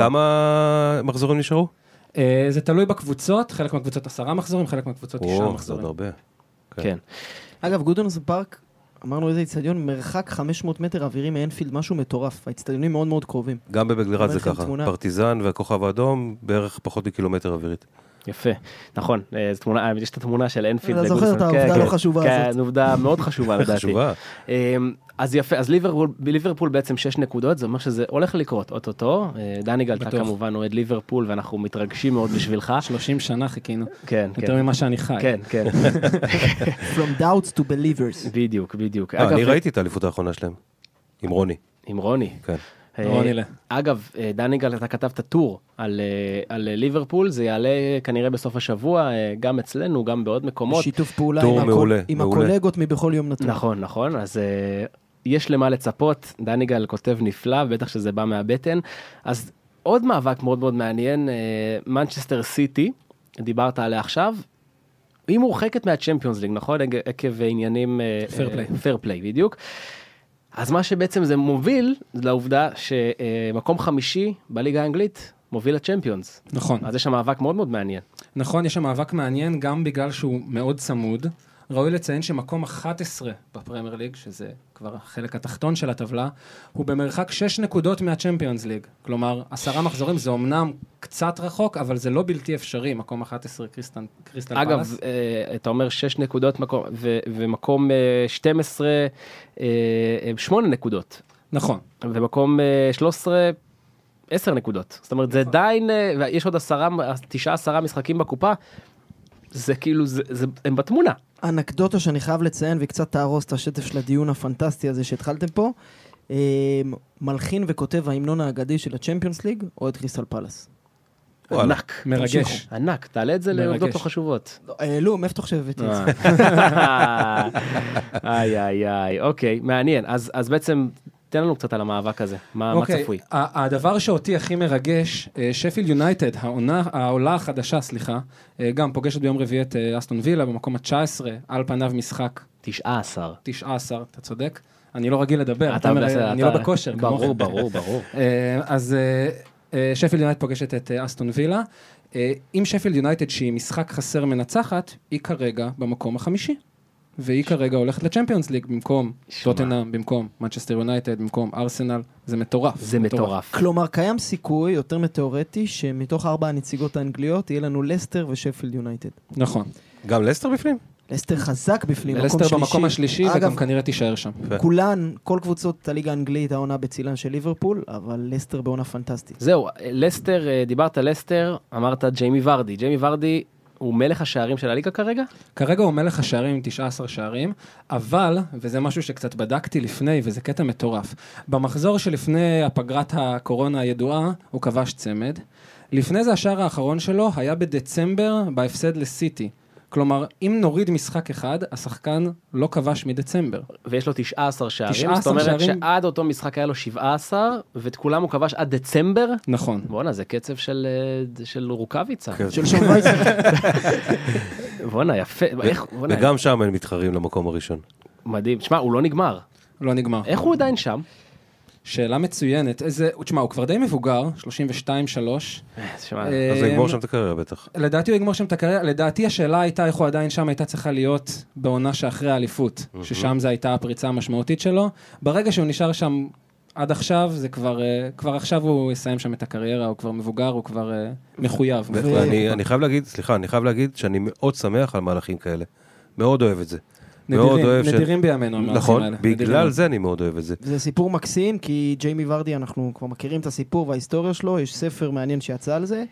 כמה מחזורים נשארו? זה תלוי בקבוצות, חלק מהקבוצות עשרה מחזורים, חלק מהקבוצות תשעה מחזורים. זה עוד הרבה. כן. אגב, גודיסון פארק, אמרנו איזה אצטדיון, מרחק חמש מאות מטר אווירי מאנפילד, משהו מטורף. האצטדיונים מאוד מאוד קרובים. גם בבלגרד זה ככה. פרטיזן והכוכב האדום, בערך פחות מקילומטר אווירית. יפה, נכון. יש את התמונה של אנפילד. אתה זוכר את העובדה לא חשובה הזאת. כן, עובדה מאוד חשובה לדעתי. חשובה. אז יפה, אז ליברפול בעצם שש נקודות, זה אומר שזה הולך לקרות, אוטוטו. דניגל, אתה כמובן אוהד ליברפול, ואנחנו מתרגשים מאוד בשבילך. שלושים שנה חיכינו. כן, כן. יותר ממה שאני חי. כן, כן. From doubts to believers. בדיוק, בדיוק. אני ראיתי את האליפות האחרונה שלהם. עם רוני. עם רוני. כן. אגב, דניגל, אתה כתבת טור על, על ליברפול, זה יעלה כנראה בסוף השבוע, גם אצלנו, גם בעוד מקומות. שיתוף פעולה טור עם, מעולה, עם מעולה. הקולגות מבכל יום נתון. נכון, נכון, אז יש למה לצפות, דניגל כותב נפלא, בטח שזה בא מהבטן. אז עוד מאבק מאוד מאוד מעניין, מנצ'סטר סיטי, דיברת עליה עכשיו, היא מורחקת מהצ'מפיונס ליג, נכון? עקב עניינים... פייר פליי. פייר פליי, בדיוק. אז מה שבעצם זה מוביל לעובדה שמקום חמישי בליגה האנגלית מוביל לצ'מפיונס. נכון. אז יש שם מאבק מאוד מאוד מעניין. נכון, יש שם מאבק מעניין גם בגלל שהוא מאוד צמוד. ראוי לציין שמקום אחת עשרה בפרמייר ליג, שזה כבר החלק התחתון של הטבלה, הוא במרחק שש נקודות מהצ'מפיונס ליג. כלומר, עשרה מחזורים זה אומנם קצת רחוק, אבל זה לא בלתי אפשרי, מקום אחת עשרה קריסטל פלאס. אגב, אתה אומר שש נקודות ומקום שתים עשרה, שמונה נקודות. נכון. ומקום שלוש עשרה, עשר נקודות. זאת אומרת, זה עדיין, יש עוד עשרה, תשעה עשרה משחקים בקופה, זה כאילו, זה, זה, הם בתמונה. אנקדוטה שאני חייב לציין, וקצת תהרוס את השטף של הדיון הפנטסטי הזה שהתחלתם פה, מלחין וכותב ההמנון האגדי של הצ'מפיונס ליג, או את קריסטל פלאס. ענק. מרגש. ענק, תעלה את זה לעובדות לא חשובות. לא, מאיפה אתה חושב הבאתי את זה? איי, איי, איי, אוקיי, מעניין. אז בעצם... תן לנו קצת על המאבק הזה, מה צפוי? הדבר שאותי הכי מרגש, שפילד יונייטד, העולה החדשה, סליחה, גם פוגשת ביום רביעי את אסטון וילה, במקום ה-תשע עשרה, על פניו משחק. תשע עשרה. תשע עשרה, אתה צודק. אני לא רגיל לדבר, אני לא בכושר. ברור, ברור, ברור. אז שפילד יונייטד פוגשת את אסטון וילה. אם שפילד יונייטד שהיא משחק חסר מנצחת, היא כרגע במקום החמישי. והיא כרגע הולכת לצ'מפיונס ליג במקום טוטנהאם, במקום מנצ'סטר יונייטד, במקום ארסנל, זה מטורף. זה מטורף. כלומר, קיים סיכוי יותר מתיאורטי שמתוך ארבע הנציגות האנגליות יהיה לנו לסטר ושפילד יונייטד. נכון. גם לסטר בפנים? לסטר חזק בפנים, מקום לסטר שלישי. במקום השלישי, אגב, וגם כנראה תישאר שם. כולן, כל קבוצות הליגה האנגלית העונה בצילן של ליברפול, אבל לסטר בעונה פנטסטית. זהו, לסטר, דיברת לסטר, אמרת ג'יימי ורדי. ג'יימי ורדי הוא מלך השערים של הליגה כרגע? כרגע הוא מלך השערים עם תשעה עשר שערים, אבל, וזה משהו שקצת בדקתי לפני, וזה קטע מטורף, במחזור שלפני הפגרת הקורונה הידועה, הוא כבש צמד. לפני זה השער האחרון שלו היה בדצמבר בהפסד לסיטי. כלומר, אם נוריד משחק אחד, השחקן לא כבש מדצמבר. ויש לו תשעה עשר שערים, תשעה עשר זאת אומרת שערים. שעד אותו משחק היה לו שבעה עשר, ואת כולם הוא כבש עד דצמבר? נכון. בואנה, זה קצב של, של רוקביצה. של שון וייסר. בואנה, יפה. איך, בואנה, וגם שם הם מתחרים למקום הראשון. מדהים. תשמע, הוא לא נגמר. לא נגמר. איך הוא עדיין שם? שאלה מצוינת. איזה, תשמע, הוא כבר די מבוגר, שלושים ושתיים שלוש. תשמע, אז הוא יגמור שם את הקריירה בטח. לדעתי הוא יגמור שם את הקריירה, לדעתי השאלה הייתה איך הוא עדיין שם הייתה צריכה להיות בעונה שאחרי האליפות, ששם זה הייתה הפריצה המשמעותית שלו. ברגע שהוא נשאר שם עד עכשיו, זה כבר, כבר עכשיו הוא יסיים שם את הקריירה, הוא כבר מבוגר, הוא כבר מחויב. ואני אני חייב להגיד, סליחה, אני חייב להגיד שאני מאוד שמח על מהלכים כאלה. מאוד אוהב את זה. נדירים, נדירים בימינו. נכון, בגלל זה אני מאוד אוהב את זה. זה סיפור מקסים, כי ג'יימי ורדי, אנחנו כבר מכירים את הסיפור וההיסטוריה שלו, יש ספר מעניין שיצא על זה.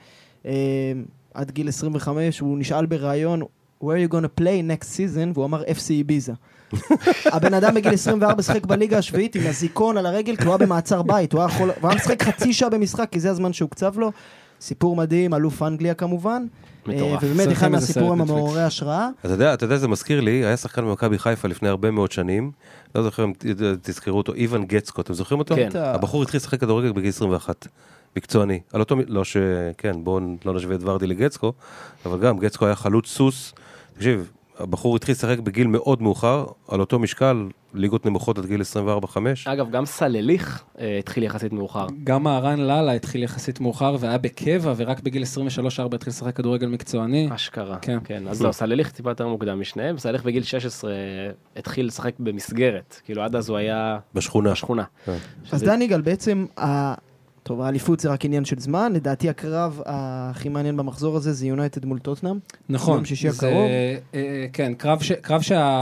עד גיל עשרים וחמש הוא נשאל בראיון, where are you gonna play next season? והוא אמר אף סי ביזה. הבן אדם בגיל עשרים וארבע שחק בליגה השביעית עם הזיקון על הרגל, כי הוא היה במעצר בית, הוא היה, הוא היה משחק חצי שעה במשחק, כי זה הזמן שהוקצב לו. סיפור מדהים, אלוף אנגליה כמובן. מטורף. ובאמת אחד מהסיפורים המעוררי השראה. אתה יודע, אתה יודע, זה מזכיר לי, היה שחקן במכבי חיפה לפני הרבה מאוד שנים, לא זוכר אם תזכרו אותו, איוון גצקו, אתם זוכרים אותו? כן. הבחור התחיל לשחק כדורגל בגיל עשרים ואחת, מקצועני. על אותו, לא ש... כן, בואו לא נשווה את ורדי לגצקו, אבל גם גצקו היה חלוץ סוס. תקשיב, הבחור התחיל לשחק בגיל מאוד מאוחר, על אותו משקל, ליגות נמוכות עד גיל עשרים וארבע חמש. אגב, גם סלליך אה, התחיל יחסית מאוחר. גם מהרן ללה התחיל יחסית מאוחר, והיה בקבע, ורק בגיל עשרים ושלוש ארבע התחיל לשחק כדורגל מקצועני. אשכרה. כן. כן. אז לא, סלליך טיפה יותר מוקדם משניהם, סלליך בגיל שש עשרה התחיל לשחק במסגרת. כאילו, עד אז הוא היה... בשכונה. בשכונה. אז דניגל, בעצם, ה... טוב, האליפות זה רק עניין של זמן, לדעתי הקרב הכי מעניין במחזור הזה זה יונייטד מול טוטנהאם. נכון. יום שישי זה, הקרוב. אה, כן, קרב, ש, קרב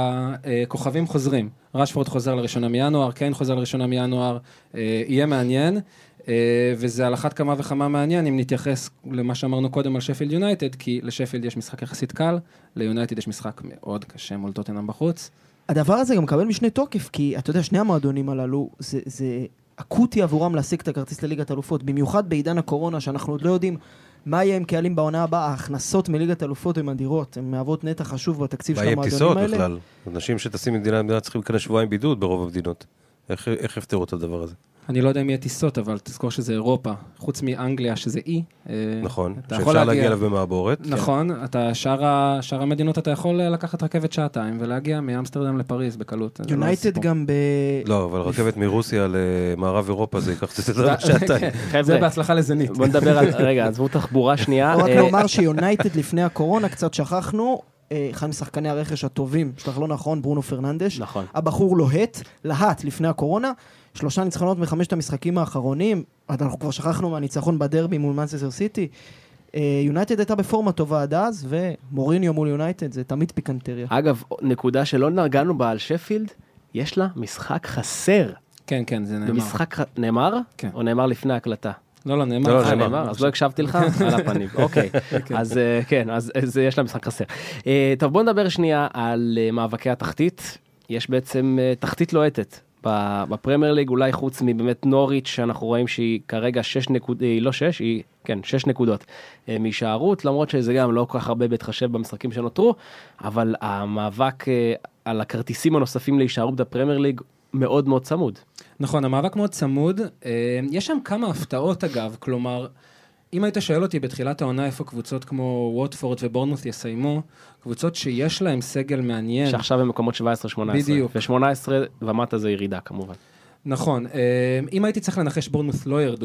שהכוכבים חוזרים. רשפורד חוזר לראשונה מינואר, קיין חוזר לראשונה מינואר, אה, יהיה מעניין, אה, וזה על אחת כמה וכמה מעניין, אם נתייחס למה שאמרנו קודם על שפילד יונייטד, כי לשפילד יש משחק יחסית קל, ליונייטד יש משחק מאוד קשה מול טוטנהאם בחוץ. הדבר הזה גם מקבל משנה תוקף, כי אתה יודע, שני המועדונים הללו, זה... זה... אקוטי עבורם להשיג את הכרטיס לליגת אלופות, במיוחד בעידן הקורונה, שאנחנו עוד לא יודעים מה יהיה עם קהלים בעונה הבאה, ההכנסות מליגת אלופות הן אדירות, הן מהוות נתח חשוב בתקציב של המועדונים האלה. בכלל, אנשים שטסים ממדינה למדינה צריכים להיכנס שבועיים בידוד ברוב המדינות. איך, איך יפתרו את הדבר הזה? אני לא יודע אם יהיה טיסות, אבל תזכור שזה אירופה, חוץ מאנגליה שזה אי. נכון, שאפשר להגיע אליו במעבורת. נכון, אתה שאר המדינות אתה יכול לקחת רכבת שעתיים ולהגיע מאמסטרדם לפריז בקלות. יונייטד גם ב... לא, אבל רכבת מרוסיה למערב אירופה זה ייקח קצת יותר שעתיים. זה בהצלחה לזנית. בוא נדבר על, רגע, עזבו תחבורה שנייה. רק נאמר שיונייטד לפני הקורונה, קצת שכחנו, אחד משחקני הרכש הטובים, שלך לא נכון, ברונו פרננדש. נכון. הבחור לוהט, להט לפני הקורונה, שלושה ניצחונות מחמשת המשחקים האחרונים, אנחנו כבר שכחנו מהניצחון בדרבי מול מנצ'סטר סיטי. יונייטד הייתה בפורמה טובה עד אז, ומוריניו מול יונייטד, זה תמיד פיקנטריה. אגב, נקודה שלא נגענו בה על שפילד, יש לה משחק חסר. כן, כן, זה נאמר. במשחק נאמר? כן. או נאמר לפני הקלטה? לא, לא, נאמר. אה, נאמר, אז לא הקשבתי לך על הפנים. אוקיי, אז כן, אז יש לה משחק חסר. טוב, בוא נדבר שנייה על מאבקי התחתית. יש בעצם תחתית לוהטת. בפרמייר ליג, אולי חוץ מבאמת נוריץ' שאנחנו רואים שהיא כרגע שש נקודות, היא לא שש, היא, כן, שש נקודות מהישארות, למרות שזה גם לא כל כך הרבה בהתחשב במשחקים שנותרו, אבל המאבק על הכרטיסים הנוספים להישארות בפרמייר ליג מאוד מאוד צמוד. נכון, המאבק מאוד צמוד, יש שם כמה הפתעות אגב, כלומר, אם היית שואל אותי בתחילת העונה איפה קבוצות כמו ווטפורד ובורנמות' יסיימו, קבוצות שיש להם סגל מעניין. שעכשיו הם מקומות שבע עשרה שמונה עשרה. בדיוק. ו-שמונה עשרה ומטה זה ירידה כמובן. נכון. אם הייתי צריך לנחש בורנמות' לא ירדו,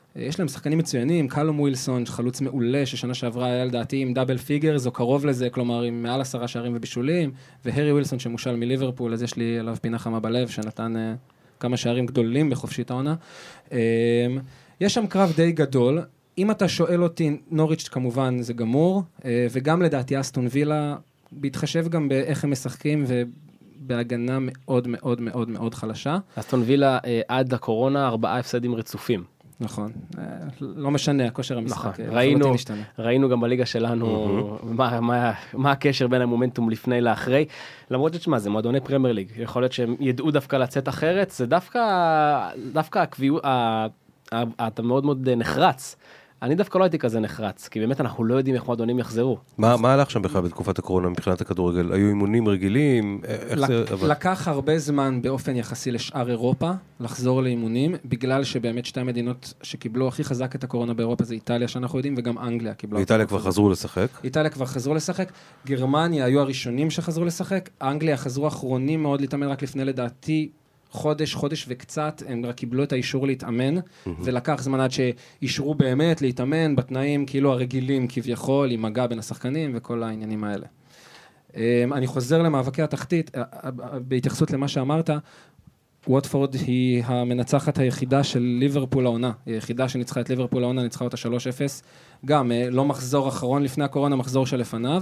יש להם שחקנים מצוינים, קלום ווילסון, חלוץ מעולה, ששנה שעברה היה לדעתי עם דאבל פיגרס, או קרוב לזה, כלומר עם מעל עשרה שערים ובישולים, והרי ווילסון שמושל מליברפול, אז יש לי עליו פינה חמה בלב, שנתן uh, כמה שערים גדולים בחופשית העונה. Um, יש שם קרב די גדול, אם אתה שואל אותי, נוריץ' כמובן זה גמור, uh, וגם לדעתי אסטון וילה, בהתחשב גם באיך הם משחקים, ובהגנה מאוד מאוד מאוד מאוד חלשה. אסטון וילה uh, עד הקורונה, ארבעה הפסדים רצופים. נכון, לא משנה, הכושר המשחק. ראינו, ראינו גם בליגה שלנו מה, מה, מה הקשר בין המומנטום לפני לאחרי, למרות שמה, זה מועדוני פרמייר ליג, יכול להיות שהם ידעו דווקא לצאת אחרת, זה דווקא, דווקא הקביעות, אתה מאוד מאוד נחרץ. אני דווקא לא הייתי כזה נחרץ, כי באמת אנחנו לא יודעים איך מועדונים יחזרו. מה, מה הלך שם בכלל בתקופת הקורונה מבחינת הכדורגל? היו אימונים רגילים? איך זה... לקח הרבה זמן באופן יחסי לשאר אירופה, לחזור לאימונים, בגלל שבאמת שתי המדינות שקיבלו הכי חזק את הקורונה באירופה זה איטליה, שאנחנו יודעים, וגם אנגליה קיבלו. איטליה כבר חזרו לשחק? איטליה כבר חזרו לשחק, גרמניה היו הראשונים שחזרו לשחק, אנגליה חזרו אחרונים מאוד להתאמן רק לפני לדעתי, חודש, חודש וקצת, הם רק קיבלו את האישור להתאמן, mm-hmm. ולקח זמן עד שאישרו באמת להתאמן בתנאים כאילו הרגילים כביכול, עם מגע בין השחקנים וכל העניינים האלה. אני חוזר למאבקי התחתית, בהתייחסות למה שאמרת, ווטפורד היא המנצחת היחידה של ליברפול העונה, היא היחידה שניצחה את ליברפול העונה, ניצחה אותה שלוש אפס, גם לא מחזור אחרון לפני הקורונה, מחזור שלפניו,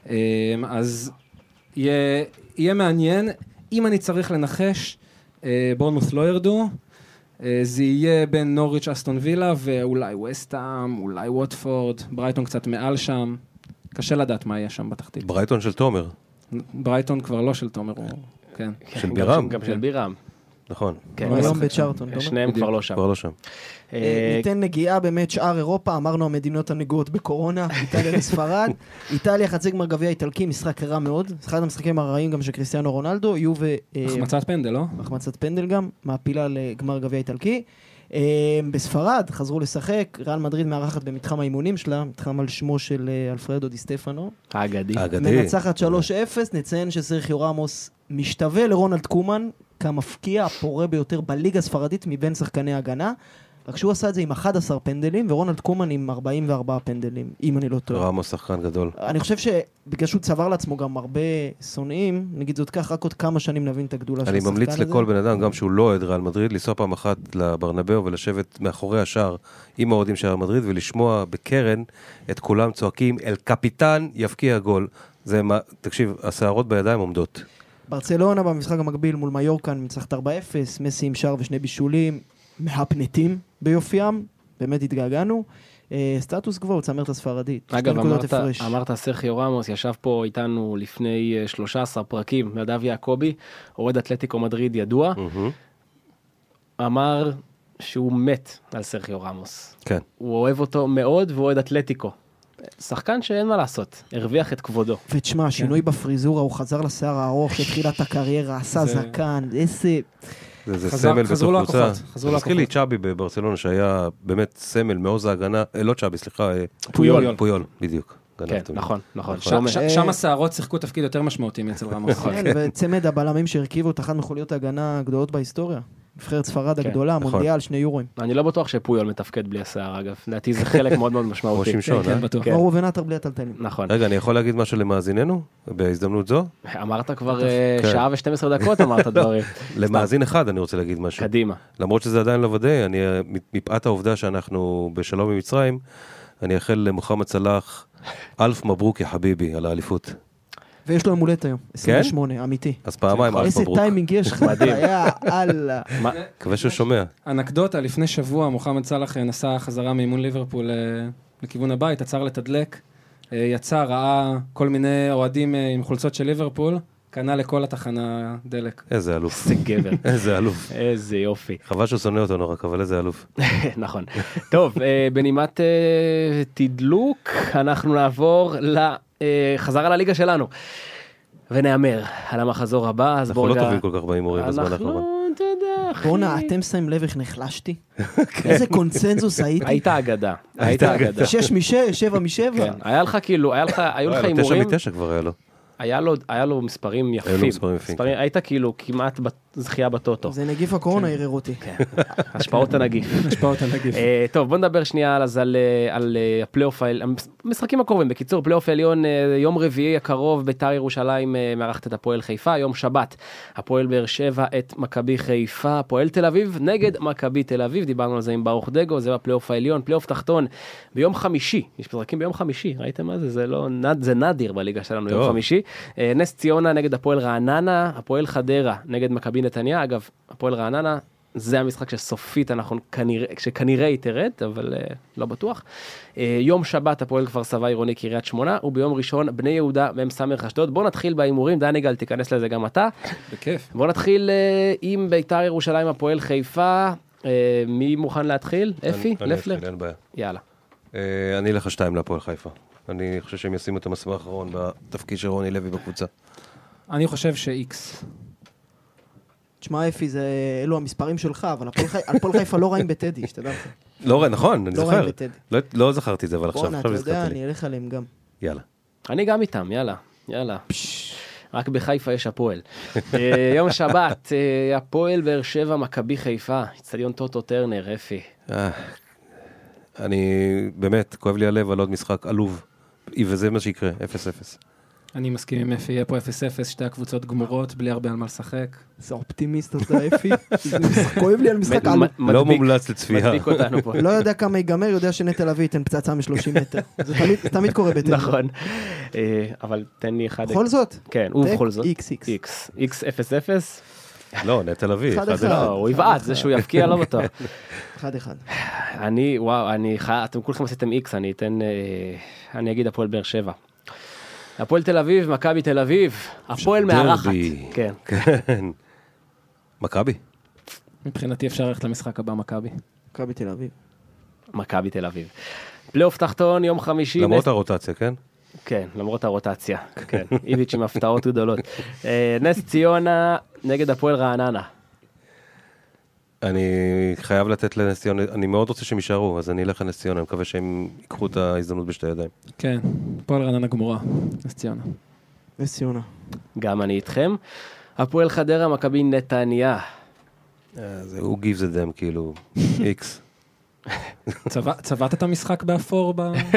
אז יהיה, יהיה מעניין, אם אני צריך לנחש, בורנמות' לא ירדו, זה יהיה בין נוריץ' אסטון וילה, ואולי ווסטהאם, אולי ווטפורד, ברייטון קצת מעל שם, קשה לדעת מה יהיה שם בתחתית. ברייטון של תומר. ברייטון כבר לא של תומר, כן. של בירם. גם של בירם. נכון. היום בצ'ארטון. שניהם כבר לא שם. כבר לא שם. ניתן נגיעה באמת שאר אירופה, אמרנו המדינות הנגועות בקורונה, איטליה וספרד, איטליה חצי גמר גביע איטלקי, משחק רע מאוד, אחד המשחקים הרעים גם של קריסטיאנו רונלדו, יהיו ו... החמצת פנדל, לא? החמצת פנדל גם, מעפילה לגמר גביע איטלקי. בספרד חזרו לשחק, ריאל מדריד מארחת במתחם האימונים שלה, מתחם על שמו של אלפרדו די סטפנו. האגדי. מנצחת שלוש אפס, נציין שסרחיו רמוס משתווה לרונלד קומן, כמפקיע הפורה ביותר בליגה הספרדית מבין שחקני ההגנה, רק שהוא עשה את זה עם אחד עשר פנדלים, ורונלד קומן עם ארבעים וארבעה פנדלים, אם אני לא טועה. רמוס שחקן גדול. אני חושב שבגלל שהוא צבר לעצמו גם הרבה שונאים, נגיד זאת כך, רק עוד כמה שנים נבין את הגדולה של השחקן הזה. אני ממליץ לכל בן אדם, גם שהוא לא אוהד ריאל מדריד, לנסוע פעם אחת לברנבאו ולשבת מאחורי השער עם האוהדים של ריאל מדריד, ולשמוע בקרן את כולם צועקים, אל קפיטן יפקיע גול. זה מה, תקשיב, השערות בידיים עומדות. ברצלונה במשחק המקביל מול מיורקה ניצחת ארבע אפס, מסי עם שער ושני בישולים, מהפנטים ביופיים, באמת התגעגענו. סטטוס קוו, צמרת הספרדית. אגב, אמרת, אמרת סרחיו רמוס, ישב פה איתנו לפני שלושה עשר פרקים, נדב יעקובי, אוהד אתלטיקו מדריד ידוע, אמר שהוא מת על סרחיו רמוס. כן. הוא אוהב אותו מאוד, והוא אוהד אתלטיקו. שחקן שאין מה לעשות, הרוויח את כבודו. ותשמע, שינוי בפריזורה, הוא חזר לשיער הארוך, שהתחילת הקריירה, עשה זקן, איזה... זה סמל בתוך קבוצה. מזכיר לי צ'אבי בברצלונה, שהיה באמת סמל מעוז ההגנה, לא צ'אבי, סליחה, פויול. פויול, בדיוק. כן, נכון, נכון. שם השערות שיחקו תפקיד יותר משמעותי אצל רמוס. כן, וצמד הבלמים שהרכיבו את אחת מחוליות ההגנה הגדולות בהיסטוריה. נבחרת ספרד הגדולה, מונדיאל, שני יורוים. אני לא בטוח שפויול מתפקד בלי השיער, אגב. לדעתי זה חלק מאוד מאוד משמעותי. או שמשון, כן, בטוח. או רובנטר בלי הטלטלים. נכון. רגע, אני יכול להגיד משהו למאזיננו? בהזדמנות זו? אמרת כבר שעה ו-שתים עשרה דקות, אמרת דברים. למאזין אחד אני רוצה להגיד משהו. קדימה. למרות שזה עדיין לא ודאי, אני, מפאת העובדה שאנחנו בשלום עם מצרים, אני אאחל למוחמד סלאח, אלף מברוק יא חביבי, על האליפות. ויש לו יום הולדת היום, עשרים ושמונה, אמיתי. אז פעמיים אלף מברוק. איזה טיימינג יש לך, היה אללה. מקווה שהוא שומע. אנקדוטה, לפני שבוע מוחמד סלאח נסע חזרה מאימון ליברפול לכיוון הבית, עצר לתדלק, יצא, ראה כל מיני אוהדים עם חולצות של ליברפול, קנה לכל התחנה דלק. איזה אלוף. איזה גבר. איזה אלוף. איזה יופי. חבל שהוא שונא אותו נורא, אבל איזה אלוף. נכון. טוב, בנימת תדלוק, אנחנו נעבור לחזרה לליגה שלנו. ונאמר על המחזור הבא. אנחנו לא טובים כל כך בהימורים בזמן האחרון. אנחנו, אתה יודע, בונה, אתם שמים לב איך נחלשתי? איזה קונסנזוס הייתי? היית אגדה. היית אגדה. שש משש, שבע משבע. כן, היה לך כאילו, היה לך, היו לך הימורים. הימורים. תשע מתשע כבר היה לו. היה לו, היה לו מספרים יפים. היה לו מספרים יפים. מספרים, היית כאילו כמעט זכייה בטוטו. זה נגיף הקורונה ערער אותי. השפעות הנגיף. השפעות הנגיף. טוב, בוא נדבר שנייה על הפלייאוף, המשחקים הקרובים. בקיצור, פלייאוף העליון, יום רביעי הקרוב, בית"ר ירושלים מארחת את הפועל חיפה, יום שבת, הפועל באר שבע את מכבי חיפה, הפועל תל אביב נגד מכבי תל אביב, דיברנו על זה עם ברוך דגו, זה בפלייאוף העליון, פלייאוף תחתון, ביום חמישי, יש משחקים ביום חמישי, ראיתם מה זה? זה לא, זה נדיר בליגה שלנו, יום חמישי. נס ציונה נגד הפועל רעננה, הפועל חדרה נגד מכבי נתניה, אגב, הפועל רעננה, זה המשחק שסופית אנחנו כנראה, שכנראה יתרד, אבל uh, לא בטוח. Uh, יום שבת הפועל כפר סבא עירוני קריית שמונה, וביום ראשון בני יהודה מ"ס אשדוד. בוא נתחיל באימורים, דניגל, תיכנס לזה גם אתה. בכיף. בוא נתחיל uh, עם בית"ר ירושלים הפועל חיפה. Uh, מי מוכן להתחיל? אפי? אני לפלר? אתחיל, אין בעיה. יאללה. Uh, אני אלך שתיים להפועל חיפה. אני חושב שהם ישימו את המספר האחרון בתפקיד של רוני לוי בקבוצה. אני חושב ש-X. תשמע, אפי, אלו המספרים שלך, אבל הפועל חיפה לא רעים בטדי, שתדע לך. לא, נכון, אני לא זוכר. רעים בטדי. לא זכרתי את זה, אבל עכשיו בואנה, אתה יודע, הזכרתי לי. אני אלך עליהם גם. יאללה. אני גם איתם, יאללה. יאללה. רק בחיפה יש הפועל. יום שבת, הפועל באר שבע, מכבי חיפה, אצטדיון טוטו טרנר, אפי. אני, באמת, כואב לי הלב על עוד משחק עלוב, וזה מה שיקרה, אפס אפס. אני מסכים עם אפי, יהיה פה אפס אפס, שתי הקבוצות גמורות, בלי הרבה על מה לשחק. זה אופטימיסט אתה, אפי. כואב לי על משחק עלוב. לא מומלץ לצפייה. מדביק אותנו פה. לא יודע כמה ייגמר, יודע שנטע לביא ייתן פצצה מ-שלושים מטר. זה תמיד קורה בטרנר. נכון. אבל תן לי אחד... בכל זאת? כן, ובכל זאת. איקס איקס. איקס. איקס אפס אפס. לא, נטע לביא. אחד אחד. לא, הוא יבעט, זה שהוא יפקיע, לא בטוח. אחד אחד. אני, וואו, אני, אתם כולכם עשיתם איקס, אני אתן, אני אגיד הפועל באר שבע. הפועל תל אביב, מכבי תל אביב, הפועל מארחת. כן. כן. מכבי. מבחינתי אפשר ללכת למשחק הבא, מכבי. מכבי תל אביב. מכבי תל אביב. פלייאוף תחתון, יום חמישי. למרות הרוטציה, כן? כן, למרות הרוטציה. כן, איביץ' עם הפתעות גדולות. נס ציונה נגד הפועל רעננה. אני חייב לתת לנס ציונה, אני מאוד רוצה שהם יישארו, אז אני אלך לנס ציונה, אני מקווה שהם ייקחו את ההזדמנות בשתי ידיים. כן, הפועל רעננה גמורה, נס ציונה. נס ציונה. גם אני איתכם. הפועל חדרה, מכבי נתניה. זה הוא גיב זה דם, כאילו, איקס. צבעת את המשחק באפור?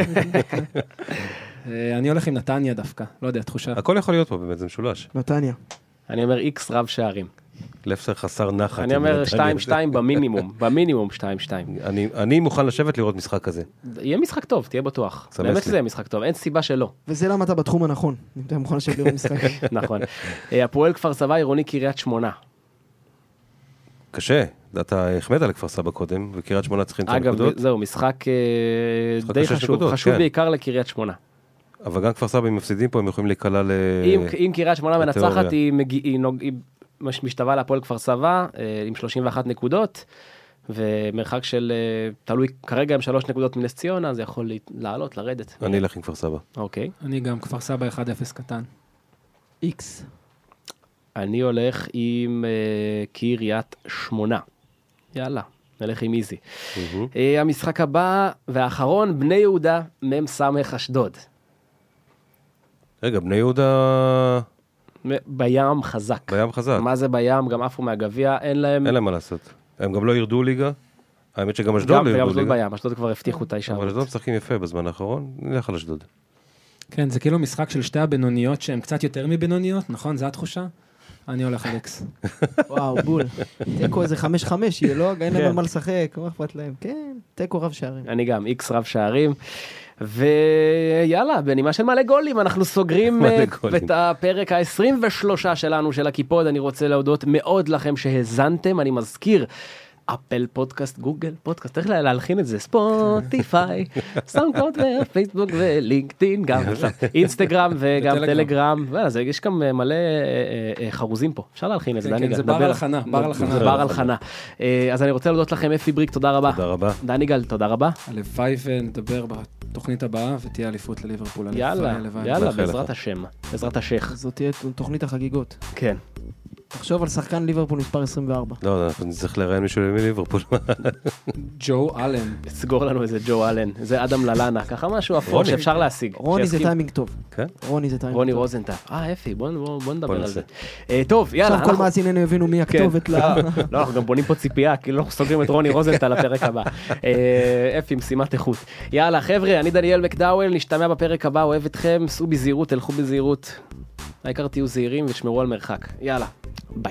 אני הולך עם נתניה דווקא, לא יודע, תחושה. הכל יכול להיות פה, באמת, זה משולש. נתניה. אני אומר איקס רב שערים. לפסר חסר נחת. אני אומר שתיים שתיים במינימום, במינימום שתיים שתיים. אני מוכן לשבת לראות משחק כזה. יהיה משחק טוב, תהיה בטוח. באמת שזה יהיה משחק טוב, אין סיבה שלא. וזה למה אתה בתחום הנכון, אם אתה מוכן לשבת לראות משחק. נכון. הפועל כפר סבא עירוני קריית שמונה. קשה, אתה החמאת לכפר סבא קודם, וקריית שמונה צריכים את הנקודות. אגב, זהו, משחק די חשוב, חשוב בעיקר לקריית שמונה. אבל גם כפר סבא, אם מפסידים פה, הם יכולים להיקלה ל... אם קריית שמונה מנצחת, היא משתווה להפועל כפר סבא, עם שלושים ואחת נקודות, ומרחק של, תלוי, כרגע עם שלוש נקודות מנס ציונה, זה יכול לעלות, לרדת. אני אלך עם כפר סבא. אוקיי. אני גם כפר סבא אחד אפס קטן. איקס. אני הולך עם קריית שמונה. יאללה, נלך עם איזי. המשחק הבא והאחרון, בני יהודה, מ"ס אשדוד. רגע, בני יהודה... בים חזק. בים חזק. מה זה בים? גם עפו מהגביע, אין להם... אין להם מה לעשות. הם גם לא ירדו ליגה. האמת שגם אשדוד לא ירדו ליגה. גם אשדוד בים, אשדוד כבר הבטיחו את הישארות. אבל אשדוד משחקים יפה בזמן האחרון, נלך על אשדוד. כן, זה כאילו משחק של שתי הבינוניות שהן קצת יותר מבינוניות, נכון? זו התחושה? אני הולך על איקס. וואו, בול. תיקו איזה חמש חמש, יהיה לא, אין להם מה לשחק, מה אכפת להם? כן, תיקו רב שערים. אני גם, איקס רב שערים. ויאללה, בנימה של מלא גולים, אנחנו סוגרים את הפרק ה-עשרים ושלוש שלנו של הקיפוד. אני רוצה להודות מאוד לכם שהזנתם, אני מזכיר, אפל פודקאסט, גוגל פודקאסט, צריך להלחין את זה, ספוטיפיי, סאונדקלאוד ופייסבוק ולינקדאין, גם אינסטגרם וגם טלגרם, יש גם מלא חרוזים פה, אפשר להלחין את זה, זה בר על חנה, בר על חנה. בר על חנה. אז אני רוצה להודות לכם, אפי בריק, תודה רבה. תודה רבה. דניגל, תודה רבה. הלוואי ונדבר בתוכנית הבאה, ותהיה אליפות לליברפול. יאללה, יאללה, בעזרת השם, בעזרת השייך. זאת תהיה תוכנית החגיגות. כן. תחשוב על שחקן ליברפול מספר עשרים וארבע. לא, אנחנו נצטרך לראיין מישהו מליברפול. ג'ו אלן. סגור לנו איזה ג'ו אלן, זה אדם ללנה, ככה משהו אפור שאפשר להשיג. רוני זה טיימינג טוב. כן? רוני זה טיימינג טוב. רוני רוזנטף. אה, אפי, בוא נדבר על זה. טוב, יאללה. עכשיו כל מאזיננו יבינו מי הכתובת. לא, אנחנו גם בונים פה ציפייה, כאילו אנחנו סוגרים את רוני רוזנטל לפרק הבא. אפי, משימת איכות. יאללה, חבר'ה, אני דניאל מקדאוול, נשתמע בפרק הבא, אוהב אתכם, סעו בזהירות, תלכו בזהירות. העיקר תהיו זהירים ושמרו על מרחק. יאללה, ביי.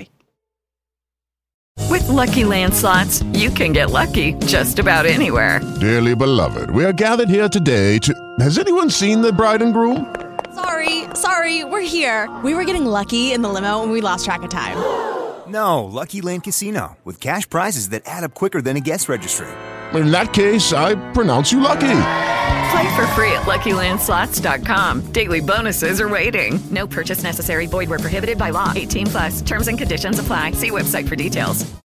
With Lucky Land Slots, you can get lucky just about anywhere. Dearly beloved, we are gathered here today to... Has anyone seen the bride and groom? Sorry, sorry, we're here. We were getting lucky in the limo and we lost track of time. No, Lucky Land Casino, with cash prizes that add up quicker than a guest registry. In that case, I pronounce you lucky. Play for free at lucky land slots dot com. Daily bonuses are waiting. No purchase necessary. Void where prohibited by law. eighteen plus. Terms and conditions apply. See website for details.